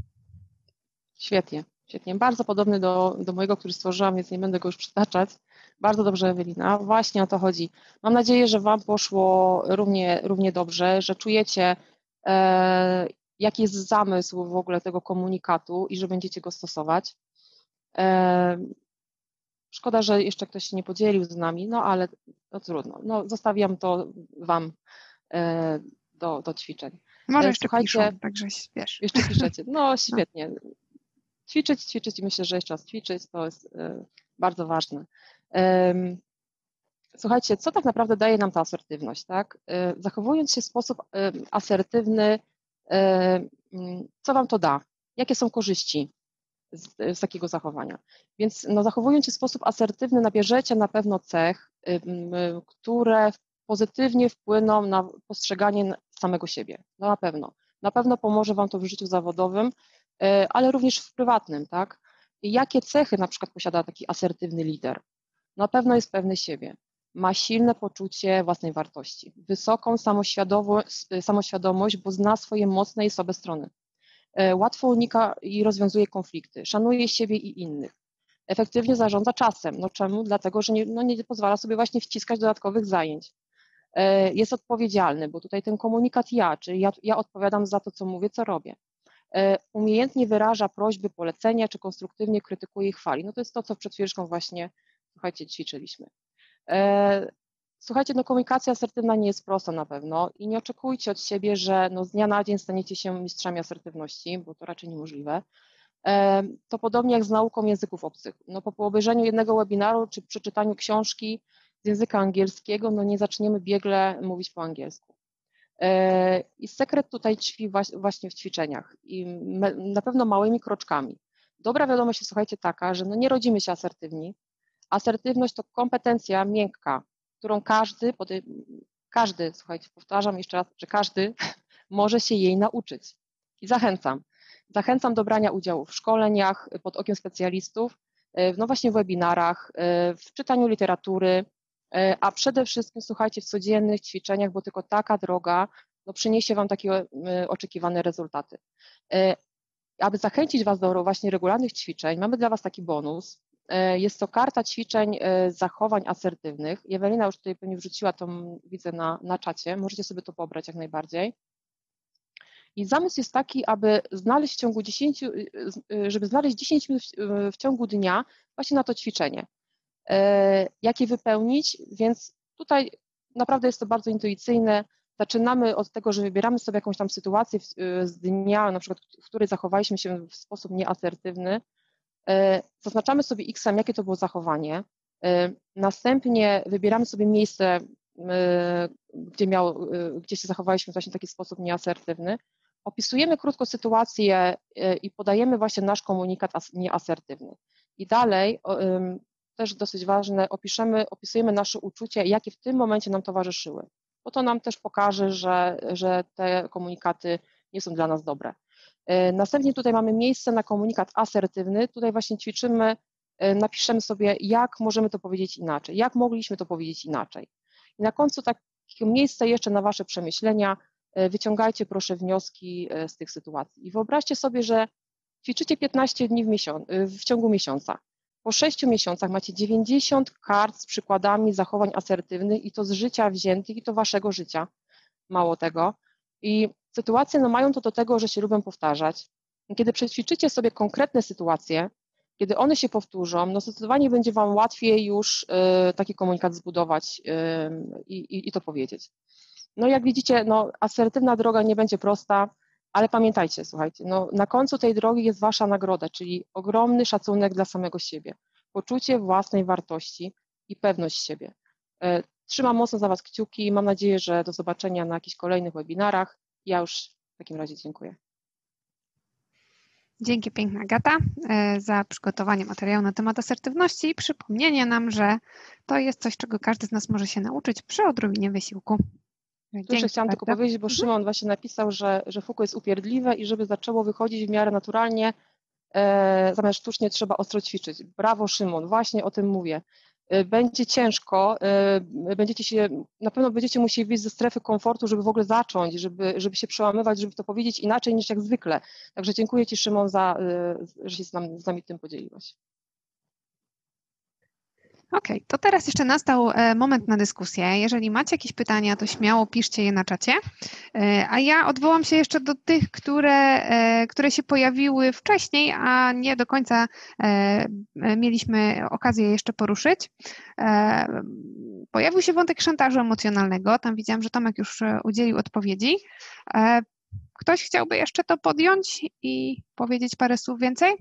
Świetnie, świetnie. Bardzo podobny do, do mojego, który stworzyłam, więc nie będę go już przytaczać. Bardzo dobrze, Ewelina. Właśnie o to chodzi. Mam nadzieję, że Wam poszło równie, równie dobrze, że czujecie, e, jaki jest zamysł w ogóle tego komunikatu i że będziecie go stosować. E, szkoda, że jeszcze ktoś się nie podzielił z nami, no ale no trudno. No, zostawiam to Wam e, do, do ćwiczeń. Może E, jeszcze słuchajcie, piszą, także wiesz. jeszcze piszecie. No świetnie. Ćwiczyć, ćwiczyć i myślę, że jeszcze raz ćwiczyć, to jest y, bardzo ważne. Ym, słuchajcie, co tak naprawdę daje nam ta asertywność, tak? Y, zachowując się w sposób y, asertywny, y, y, co Wam to da? Jakie są korzyści z, z takiego zachowania? Więc no, zachowując się w sposób asertywny, nabierzecie na pewno cech, y, y, które pozytywnie wpłyną na postrzeganie samego siebie. No, na pewno. Na pewno pomoże Wam to w życiu zawodowym, ale również w prywatnym, tak? I jakie cechy na przykład posiada taki asertywny lider? Na pewno jest pewny siebie, ma silne poczucie własnej wartości, wysoką samoświadomość, bo zna swoje mocne i słabe strony. Łatwo unika i rozwiązuje konflikty, szanuje siebie i innych, efektywnie zarządza czasem. No czemu? Dlatego, że nie, no nie pozwala sobie właśnie wciskać dodatkowych zajęć. Jest odpowiedzialny, bo tutaj ten komunikat ja, czyli ja, ja odpowiadam za to, co mówię, co robię. Umiejętnie wyraża prośby, polecenia, czy konstruktywnie krytykuje i chwali. No to jest to, co przed chwileczką właśnie, słuchajcie, ćwiczyliśmy. Słuchajcie, no komunikacja asertywna nie jest prosta na pewno i nie oczekujcie od siebie, że no z dnia na dzień staniecie się mistrzami asertywności, bo to raczej niemożliwe. To podobnie jak z nauką języków obcych. No po obejrzeniu jednego webinaru, czy przeczytaniu książki z języka angielskiego, no nie zaczniemy biegle mówić po angielsku. I sekret tutaj tkwi właśnie w ćwiczeniach i na pewno małymi kroczkami. Dobra wiadomość jest, słuchajcie, taka, że no nie rodzimy się asertywni. Asertywność to kompetencja miękka, którą każdy, każdy, słuchajcie, powtarzam jeszcze raz, że każdy może się jej nauczyć. I zachęcam. Zachęcam do brania udziału w szkoleniach pod okiem specjalistów, no właśnie w webinarach, w czytaniu literatury, a przede wszystkim, słuchajcie, w codziennych ćwiczeniach, bo tylko taka droga no, przyniesie Wam takie oczekiwane rezultaty. Aby zachęcić Was do właśnie regularnych ćwiczeń, mamy dla Was taki bonus. Jest to karta ćwiczeń zachowań asertywnych. Ewelina już tutaj pewnie wrzuciła, to widzę na, na czacie, możecie sobie to pobrać jak najbardziej. I zamysł jest taki, aby znaleźć w ciągu dziesięciu, żeby znaleźć dziesięć minut w ciągu dnia właśnie na to ćwiczenie. Jak je wypełnić, więc tutaj naprawdę jest to bardzo intuicyjne. Zaczynamy od tego, że wybieramy sobie jakąś tam sytuację z dnia, na przykład, w której zachowaliśmy się w sposób nieasertywny. Zaznaczamy sobie X-em, jakie to było zachowanie. Następnie wybieramy sobie miejsce, gdzie, miał, gdzie się zachowaliśmy właśnie w taki sposób nieasertywny. Opisujemy krótko sytuację i podajemy właśnie nasz komunikat nieasertywny. I dalej, też dosyć ważne, opiszemy, opisujemy nasze uczucia, jakie w tym momencie nam towarzyszyły, bo to nam też pokaże, że, że te komunikaty nie są dla nas dobre. Następnie tutaj mamy miejsce na komunikat asertywny, tutaj właśnie ćwiczymy, napiszemy sobie, jak możemy to powiedzieć inaczej, jak mogliśmy to powiedzieć inaczej. I na końcu takie miejsce jeszcze na Wasze przemyślenia, wyciągajcie proszę wnioski z tych sytuacji. I wyobraźcie sobie, że ćwiczycie piętnaście dni w, miesiąc, w ciągu miesiąca. Po sześciu miesiącach macie dziewięćdziesiąt kart z przykładami zachowań asertywnych i to z życia wziętych i to Waszego życia, mało tego. I sytuacje no, mają to do tego, że się lubią powtarzać. Kiedy przećwiczycie sobie konkretne sytuacje, kiedy one się powtórzą, no zdecydowanie będzie Wam łatwiej już y, taki komunikat zbudować y, i, i to powiedzieć. No jak widzicie, no, asertywna droga nie będzie prosta, ale pamiętajcie, słuchajcie, no, na końcu tej drogi jest Wasza nagroda, czyli ogromny szacunek dla samego siebie, poczucie własnej wartości i pewność siebie. Y, trzymam mocno za Was kciuki i mam nadzieję, że do zobaczenia na jakichś kolejnych webinarach. Ja już w takim razie dziękuję. Dzięki piękna Agata za przygotowanie materiału na temat asertywności i przypomnienie nam, że to jest coś, czego każdy z nas może się nauczyć przy odrobinie wysiłku. Tu jeszcze chciałam tylko powiedzieć, bo Szymon właśnie napisał, że, że fuko jest upierdliwe i żeby zaczęło wychodzić w miarę naturalnie, e, zamiast sztucznie trzeba ostro ćwiczyć. Brawo Szymon, właśnie o tym mówię. będzie ciężko, będziecie się, na pewno będziecie musieli wyjść ze strefy komfortu, żeby w ogóle zacząć, żeby, żeby się przełamywać, żeby to powiedzieć inaczej niż jak zwykle. Także dziękuję Ci, Szymon, za, że się z nami, z nami tym podzieliłaś. Okej, okay, to teraz jeszcze nastał moment na dyskusję. Jeżeli macie jakieś pytania, to śmiało piszcie je na czacie. A ja odwołam się jeszcze do tych, które, które się pojawiły wcześniej, a nie do końca mieliśmy okazję jeszcze poruszyć. Pojawił się wątek szantażu emocjonalnego. Tam widziałam, że Tomek już udzielił odpowiedzi. Ktoś chciałby jeszcze to podjąć i powiedzieć parę słów więcej?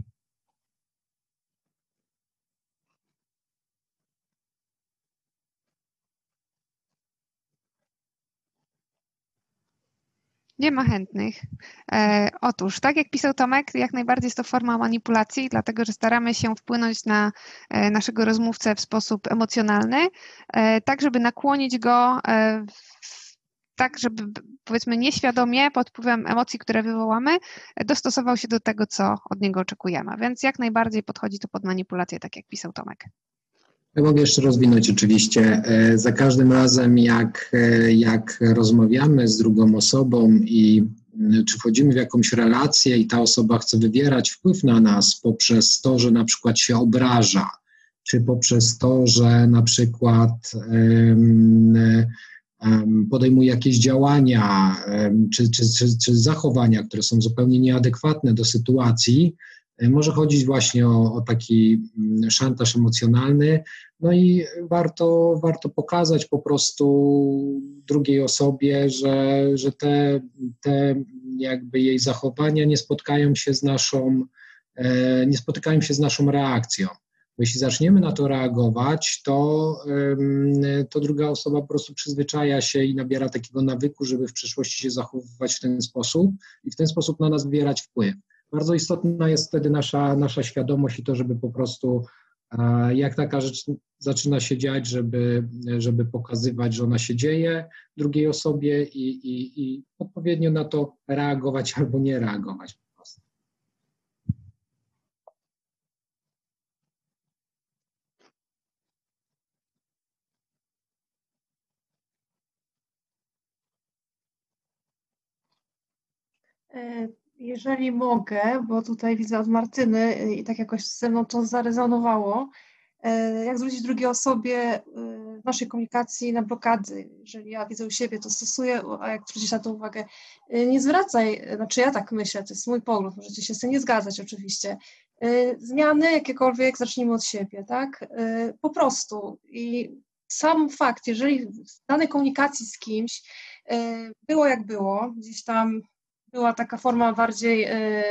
Nie ma chętnych. E, otóż, tak jak pisał Tomek, jak najbardziej jest to forma manipulacji, dlatego że staramy się wpłynąć na e, naszego rozmówcę w sposób emocjonalny, e, tak żeby nakłonić go, e, w, tak żeby powiedzmy nieświadomie, pod wpływem emocji, które wywołamy, dostosował się do tego, co od niego oczekujemy. Więc jak najbardziej podchodzi to pod manipulację, tak jak pisał Tomek. Ja mogę jeszcze rozwinąć oczywiście. Za każdym razem, jak, jak rozmawiamy z drugą osobą i czy wchodzimy w jakąś relację i ta osoba chce wywierać wpływ na nas poprzez to, że na przykład się obraża, czy poprzez to, że na przykład um, um, podejmuje jakieś działania, um, czy, czy, czy, czy zachowania, które są zupełnie nieadekwatne do sytuacji, może chodzić właśnie o, o taki szantaż emocjonalny, no i warto, warto pokazać po prostu drugiej osobie, że, że te, te jakby jej zachowania nie spotkają się z naszą, nie spotykają się z naszą reakcją. Bo jeśli zaczniemy na to reagować, to, to druga osoba po prostu przyzwyczaja się i nabiera takiego nawyku, żeby w przyszłości się zachowywać w ten sposób i w ten sposób na nas wywierać wpływ. Bardzo istotna jest wtedy nasza, nasza świadomość i to, żeby po prostu jak taka rzecz zaczyna się dziać, żeby, żeby pokazywać, że ona się dzieje drugiej osobie i, i, i odpowiednio na to reagować albo nie reagować po prostu. Jeżeli mogę, bo tutaj widzę od Martyny i tak jakoś ze mną to zarezonowało, jak zwrócić drugiej osobie w naszej komunikacji na blokady. Jeżeli ja widzę u siebie, to stosuję, a jak zwrócić na to uwagę, nie zwracaj, znaczy ja tak myślę, to jest mój pogląd, możecie się z tym nie zgadzać oczywiście. Zmiany jakiekolwiek zacznijmy od siebie, tak? Po prostu. I sam fakt, jeżeli w danej komunikacji z kimś było jak było, gdzieś tam była taka forma bardziej,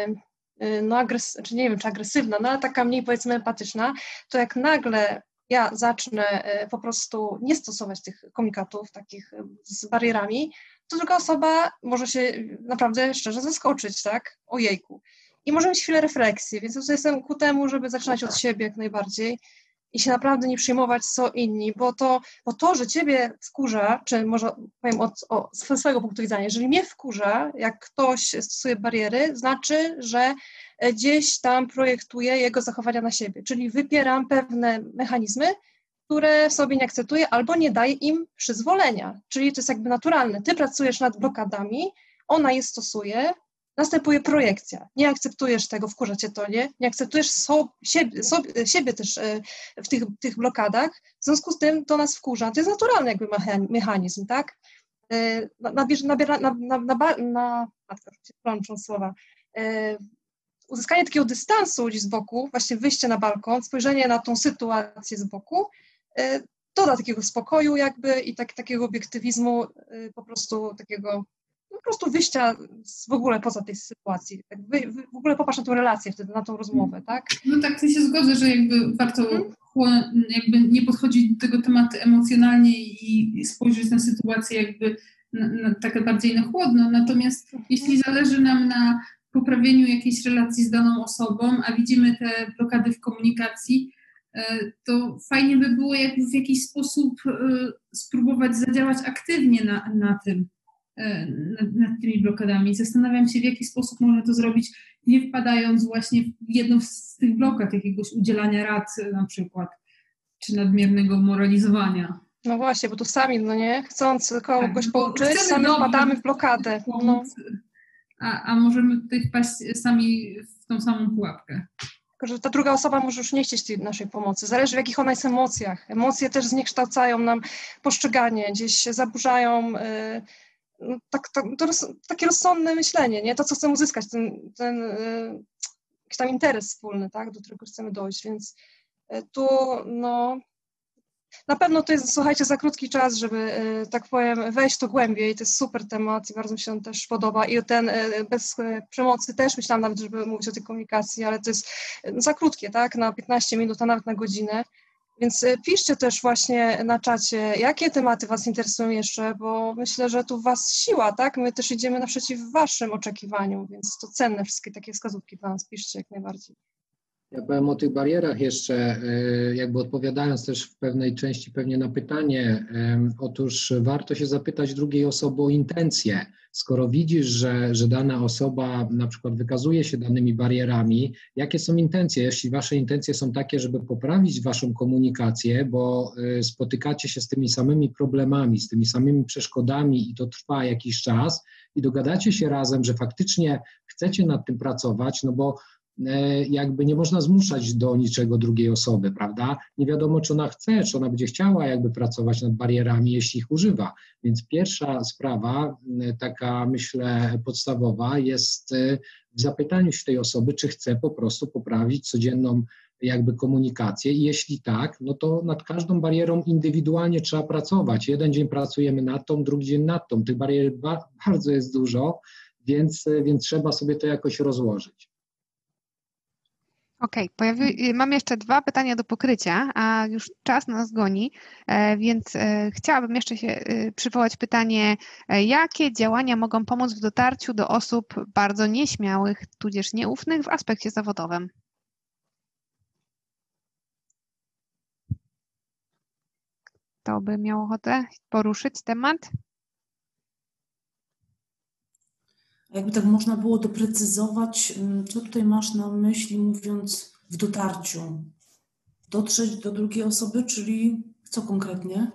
no agres, czy nie wiem, czy agresywna, no ale taka mniej powiedzmy empatyczna, to jak nagle ja zacznę po prostu nie stosować tych komunikatów takich z barierami, to druga osoba może się naprawdę szczerze zaskoczyć, tak? Ojejku. I może mieć chwilę refleksji, więc tutaj jestem ku temu, żeby zaczynać od siebie jak najbardziej i się naprawdę nie przejmować co inni, bo to, bo to, że ciebie wkurza, czy może powiem od, od swojego punktu widzenia, jeżeli mnie wkurza, jak ktoś stosuje bariery, znaczy, że gdzieś tam projektuję jego zachowania na siebie, czyli wypieram pewne mechanizmy, które w sobie nie akceptuję albo nie daję im przyzwolenia, czyli to jest jakby naturalne. Ty pracujesz nad blokadami, ona je stosuje, następuje projekcja. Nie akceptujesz tego, wkurza cię to, nie? Nie akceptujesz so, siebie, so, siebie też w tych, tych blokadach, w związku z tym to nas wkurza. To jest naturalny jakby mechanizm, tak? Nabiera, nabiera, na, na, na, na, na matka, plączą słowa. Uzyskanie takiego dystansu gdzieś z boku, właśnie wyjście na balkon, spojrzenie na tą sytuację z boku, doda takiego spokoju jakby i tak, takiego obiektywizmu, po prostu takiego po prostu wyjścia z, w ogóle poza tej sytuacji. Tak wy, wy, w ogóle popatrz na tą relację wtedy, na tą rozmowę, tak? No tak, to się zgodzę, że jakby warto hmm? jakby nie podchodzić do tego tematu emocjonalnie i spojrzeć na sytuację jakby na, na, tak bardziej na chłodno. Natomiast hmm. jeśli zależy nam na poprawieniu jakiejś relacji z daną osobą, a widzimy te blokady w komunikacji, to fajnie by było jakby w jakiś sposób spróbować zadziałać aktywnie na, na tym. Nad, nad tymi blokadami. Zastanawiam się, w jaki sposób można to zrobić, nie wpadając właśnie w jedną z tych blokad jakiegoś udzielania rad na przykład. czy nadmiernego moralizowania. No właśnie, bo tu sami, no nie, chcąc kogoś Tak, pouczyć, chcemy sami dobrze, wpadamy w blokadę. No. pomóc, a, a możemy tutaj wpaść sami w tą samą pułapkę. Tylko że ta druga osoba może już nie chcieć tej naszej pomocy. Zależy, w jakich ona jest emocjach. Emocje też zniekształcają nam postrzeganie, gdzieś zaburzają y, no, tak, to, to roz, takie rozsądne myślenie, nie? To, co chcemy uzyskać, ten, ten y, jakiś tam interes wspólny, tak? Do którego chcemy dojść, więc y, tu no na pewno to jest, słuchajcie, za krótki czas, żeby, y, tak powiem, wejść tu głębiej. To jest super temat i bardzo mi się on też podoba. I ten y, bez y, przemocy też myślałam nawet, żeby mówić o tej komunikacji, ale to jest y, za krótkie, tak? Na piętnaście minut, a nawet na godzinę. Więc y, piszcie też właśnie na czacie, jakie tematy Was interesują jeszcze, bo myślę, że tu Was siła, tak? My też idziemy naprzeciw Waszym oczekiwaniom, więc to cenne wszystkie takie wskazówki dla nas. Piszcie jak najbardziej. Ja powiem o tych barierach jeszcze, jakby odpowiadając też w pewnej części pewnie na pytanie. Otóż warto się zapytać drugiej osoby o intencje. Skoro widzisz, że, że dana osoba na przykład wykazuje się danymi barierami, jakie są intencje? Jeśli wasze intencje są takie, żeby poprawić waszą komunikację, bo spotykacie się z tymi samymi problemami, z tymi samymi przeszkodami i to trwa jakiś czas i dogadacie się razem, że faktycznie chcecie nad tym pracować, no bo jakby nie można zmuszać do niczego drugiej osoby, prawda? Nie wiadomo, czy ona chce, czy ona będzie chciała jakby pracować nad barierami, jeśli ich używa. Więc pierwsza sprawa, taka myślę podstawowa, jest w zapytaniu się tej osoby, czy chce po prostu poprawić codzienną jakby komunikację i jeśli tak, no to nad każdą barierą indywidualnie trzeba pracować. Jeden dzień pracujemy nad tą, drugi dzień nad tą. Tych barier bardzo jest dużo, więc, więc trzeba sobie to jakoś rozłożyć. Okej, okay, mam jeszcze dwa pytania do pokrycia, a już czas nas goni, więc chciałabym jeszcze się przywołać pytanie, jakie działania mogą pomóc w dotarciu do osób bardzo nieśmiałych, tudzież nieufnych w aspekcie zawodowym? Kto by miał ochotę poruszyć temat? Jakby tak można było doprecyzować, co tutaj masz na myśli, mówiąc w dotarciu? Dotrzeć do drugiej osoby, czyli co konkretnie?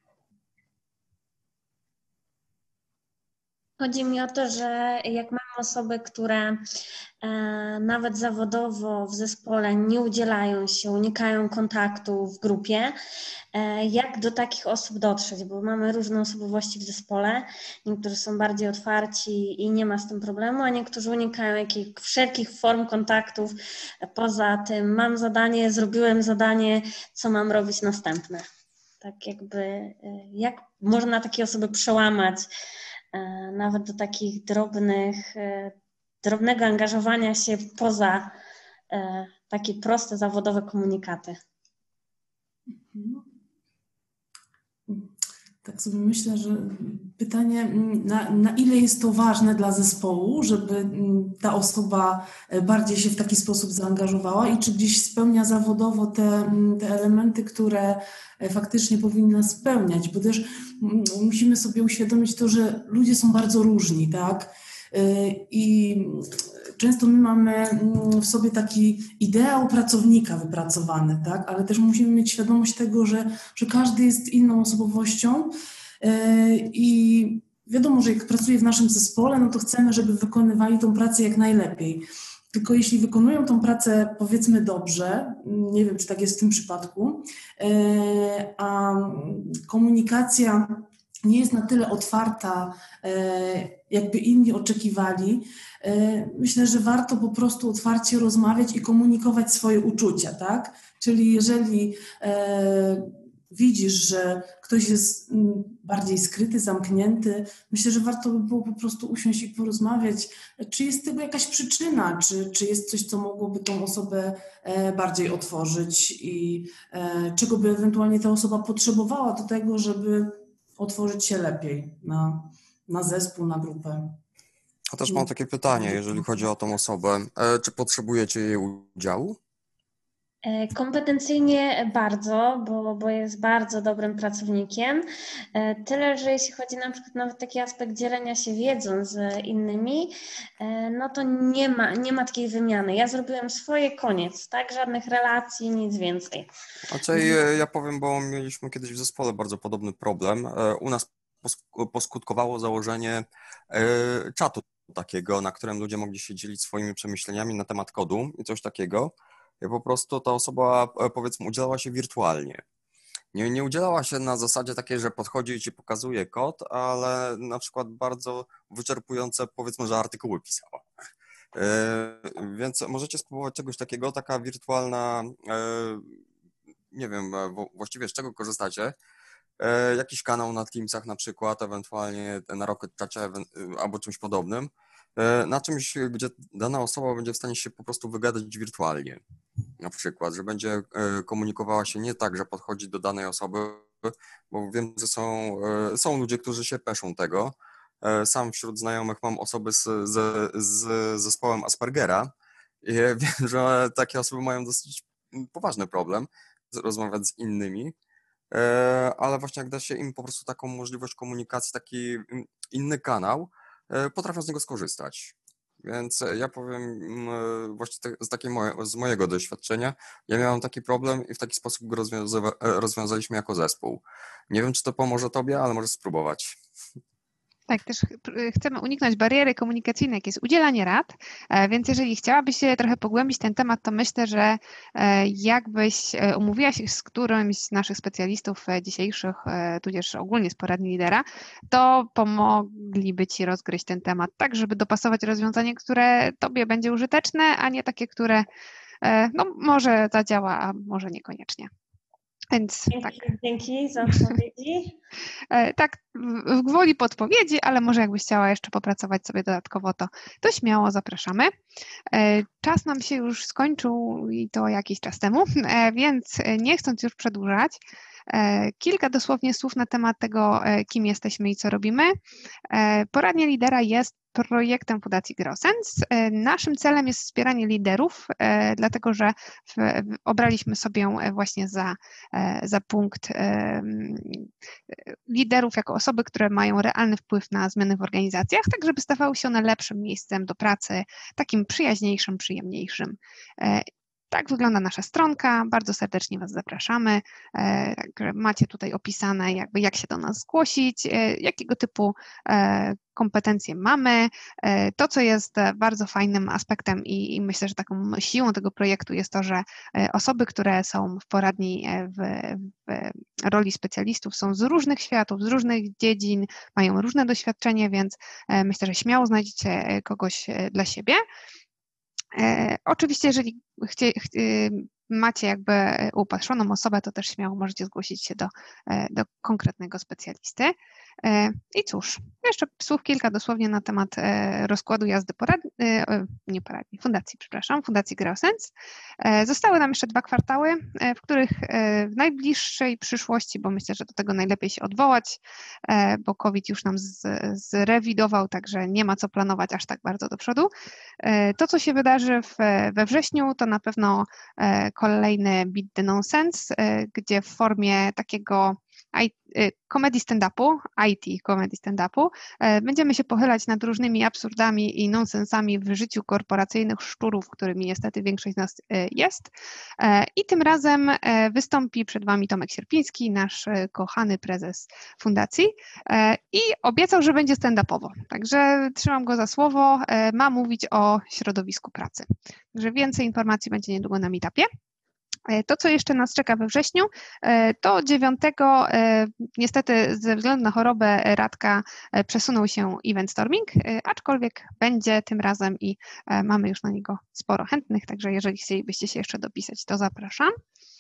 Chodzi mi o to, że jak mamy osoby, które e, nawet zawodowo w zespole nie udzielają się, unikają kontaktu w grupie, e, jak do takich osób dotrzeć, bo mamy różne osobowości w zespole, niektórzy są bardziej otwarci i nie ma z tym problemu, a niektórzy unikają jakich, wszelkich form kontaktów, poza tym mam zadanie, zrobiłem zadanie, co mam robić następne. Tak jakby, e, jak można takie osoby przełamać, nawet do takich drobnych, drobnego angażowania się poza takie proste zawodowe komunikaty. Tak sobie myślę, że pytanie, na, na ile jest to ważne dla zespołu, żeby ta osoba bardziej się w taki sposób zaangażowała i czy gdzieś spełnia zawodowo te, te elementy, które faktycznie powinna spełniać, bo też musimy sobie uświadomić to, że ludzie są bardzo różni, tak? I często my mamy w sobie taki ideał pracownika wypracowany, tak? Ale też musimy mieć świadomość tego, że, że każdy jest inną osobowością i wiadomo, że jak pracuje w naszym zespole, no to chcemy, żeby wykonywali tą pracę jak najlepiej. Tylko jeśli wykonują tą pracę, powiedzmy, dobrze, nie wiem, czy tak jest w tym przypadku, a komunikacja nie jest na tyle otwarta, jakby inni oczekiwali, myślę, że warto po prostu otwarcie rozmawiać i komunikować swoje uczucia, tak? Czyli jeżeli widzisz, że ktoś jest bardziej skryty, zamknięty, myślę, że warto by było po prostu usiąść i porozmawiać, czy jest tego jakaś przyczyna, czy, czy jest coś, co mogłoby tą osobę bardziej otworzyć i czego by ewentualnie ta osoba potrzebowała do tego, żeby otworzyć się lepiej na, na zespół, na grupę. A też mam takie pytanie, jeżeli chodzi o tą osobę. Czy potrzebujecie jej udziału? Kompetencyjnie bardzo, bo, bo jest bardzo dobrym pracownikiem. Tyle, że jeśli chodzi na przykład nawet taki aspekt dzielenia się wiedzą z innymi, no to nie ma, nie ma takiej wymiany. Ja zrobiłem swoje, koniec, tak? Żadnych relacji, nic więcej. Znaczy, ja powiem, bo mieliśmy kiedyś w zespole bardzo podobny problem. U nas poskutkowało założenie czatu takiego, na którym ludzie mogli się dzielić swoimi przemyśleniami na temat kodu i coś takiego. I po prostu ta osoba, powiedzmy, udzielała się wirtualnie. Nie, nie udzielała się na zasadzie takiej, że podchodzi i ci pokazuje kod, ale na przykład bardzo wyczerpujące, powiedzmy, że artykuły pisała. Yy, więc możecie spróbować czegoś takiego, taka wirtualna, yy, nie wiem właściwie z czego korzystacie, yy, jakiś kanał na Teamsach na przykład, ewentualnie na Rocket Chat'cie yy, albo czymś podobnym, yy, na czymś, gdzie dana osoba będzie w stanie się po prostu wygadać wirtualnie. Na przykład, że będzie komunikowała się nie tak, że podchodzi do danej osoby, bo wiem, że są, są ludzie, którzy się peszą tego. Sam wśród znajomych mam osoby z, z, z zespołem Aspergera i wiem, że takie osoby mają dosyć poważny problem rozmawiać z innymi, ale właśnie jak da się im po prostu taką możliwość komunikacji, taki inny kanał, potrafią z niego skorzystać. Więc ja powiem właśnie z, takiej moje, z mojego doświadczenia, ja miałem taki problem i w taki sposób go rozwiąza- rozwiązaliśmy jako zespół. Nie wiem, czy to pomoże tobie, ale możesz spróbować. Tak, też chcemy uniknąć bariery komunikacyjnej, jak jest udzielanie rad, więc jeżeli chciałabyś się trochę pogłębić ten temat, to myślę, że jakbyś umówiła się z którymś z naszych specjalistów dzisiejszych, tudzież ogólnie z poradni lidera, to pomogliby ci rozgryźć ten temat tak, żeby dopasować rozwiązanie, które tobie będzie użyteczne, a nie takie, które no, może zadziała, a może niekoniecznie. Więc dzięki, tak. Dzięki za odpowiedzi. Tak, w gwoli podpowiedzi, ale może jakbyś chciała jeszcze popracować sobie dodatkowo, to, to śmiało zapraszamy. Czas nam się już skończył i to jakiś czas temu, więc nie chcąc już przedłużać, kilka dosłownie słów na temat tego, kim jesteśmy i co robimy. Poradnia lidera jest projektem Fundacji Grosens. Naszym celem jest wspieranie liderów, dlatego że w, w, obraliśmy sobie właśnie za, za punkt liderów jako osoby, które mają realny wpływ na zmiany w organizacjach, tak żeby stawały się one lepszym miejscem do pracy, takim przyjaźniejszym, przyjemniejszym. Tak wygląda nasza stronka, bardzo serdecznie Was zapraszamy. Także macie tutaj opisane, jakby jak się do nas zgłosić, jakiego typu kompetencje mamy. To, co jest bardzo fajnym aspektem i, i myślę, że taką siłą tego projektu jest to, że osoby, które są w poradni w, w roli specjalistów są z różnych światów, z różnych dziedzin, mają różne doświadczenie, więc myślę, że śmiało znajdziecie kogoś dla siebie. E, oczywiście, jeżeli chcie, ch, macie jakby upatrzoną osobę, to też śmiało możecie zgłosić się do, do konkretnego specjalisty. E, I cóż, jeszcze słów kilka dosłownie na temat e, rozkładu jazdy poradni, e, nie poradni, fundacji, przepraszam, Fundacji Grosens. E, zostały nam jeszcze dwa kwartały, e, w których e, w najbliższej przyszłości, bo myślę, że do tego najlepiej się odwołać, e, bo COVID już nam z, zrewidował, także nie ma co planować aż tak bardzo do przodu. E, to, co się wydarzy w, we wrześniu, to na pewno e, kolejny Beat the Nonsense, e, gdzie w formie takiego komedii stand-upu, I T komedii stand-upu, będziemy się pochylać nad różnymi absurdami i nonsensami w życiu korporacyjnych szczurów, którymi niestety większość z nas jest. I tym razem wystąpi przed Wami Tomek Sierpiński, nasz kochany prezes fundacji i obiecał, że będzie stand-upowo. Także trzymam go za słowo, ma mówić o środowisku pracy. Także więcej informacji będzie niedługo na meetupie. To, co jeszcze nas czeka we wrześniu, to dziewiątego niestety ze względu na chorobę Radka przesunął się event storming, aczkolwiek będzie tym razem i mamy już na niego sporo chętnych, także jeżeli chcielibyście się jeszcze dopisać, to zapraszam.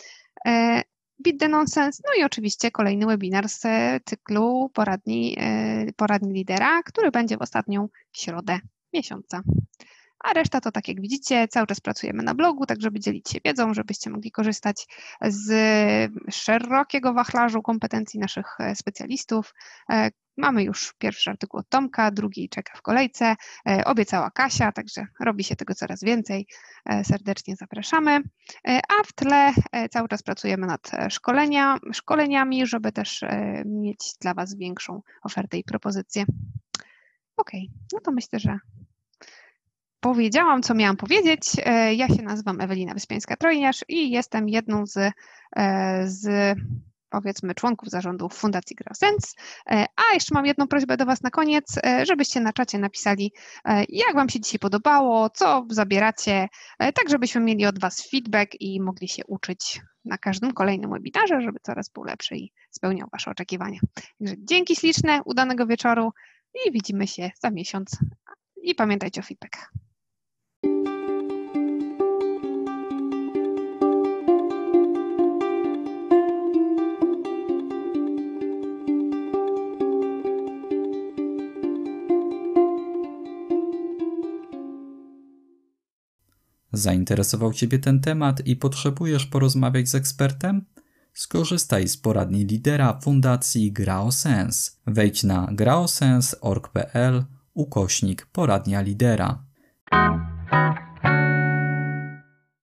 Beat the Nonsense, no i oczywiście kolejny webinar z cyklu poradni, poradni lidera, który będzie w ostatnią środę miesiąca. A reszta to, tak jak widzicie, cały czas pracujemy na blogu, tak żeby dzielić się wiedzą, żebyście mogli korzystać z szerokiego wachlarzu kompetencji naszych specjalistów. Mamy już pierwszy artykuł od Tomka, drugi czeka w kolejce, obiecała Kasia, także robi się tego coraz więcej. Serdecznie zapraszamy. A w tle cały czas pracujemy nad szkolenia, szkoleniami, żeby też mieć dla Was większą ofertę i propozycję. Ok, no to myślę, że powiedziałam, co miałam powiedzieć. Ja się nazywam Ewelina Wyspiańska-Trojniarz i jestem jedną z, z powiedzmy członków zarządu Fundacji Graosens. A jeszcze mam jedną prośbę do Was na koniec, żebyście na czacie napisali, jak Wam się dzisiaj podobało, co zabieracie, tak żebyśmy mieli od Was feedback i mogli się uczyć na każdym kolejnym webinarze, żeby coraz był lepszy i spełniał Wasze oczekiwania. Także dzięki śliczne, udanego wieczoru i widzimy się za miesiąc. I pamiętajcie o feedbackach. Zainteresował Ciebie ten temat i potrzebujesz porozmawiać z ekspertem? Skorzystaj z poradni lidera Fundacji Graosens. Wejdź na graosens kropka org kropka pl ukośnik poradnia lidera.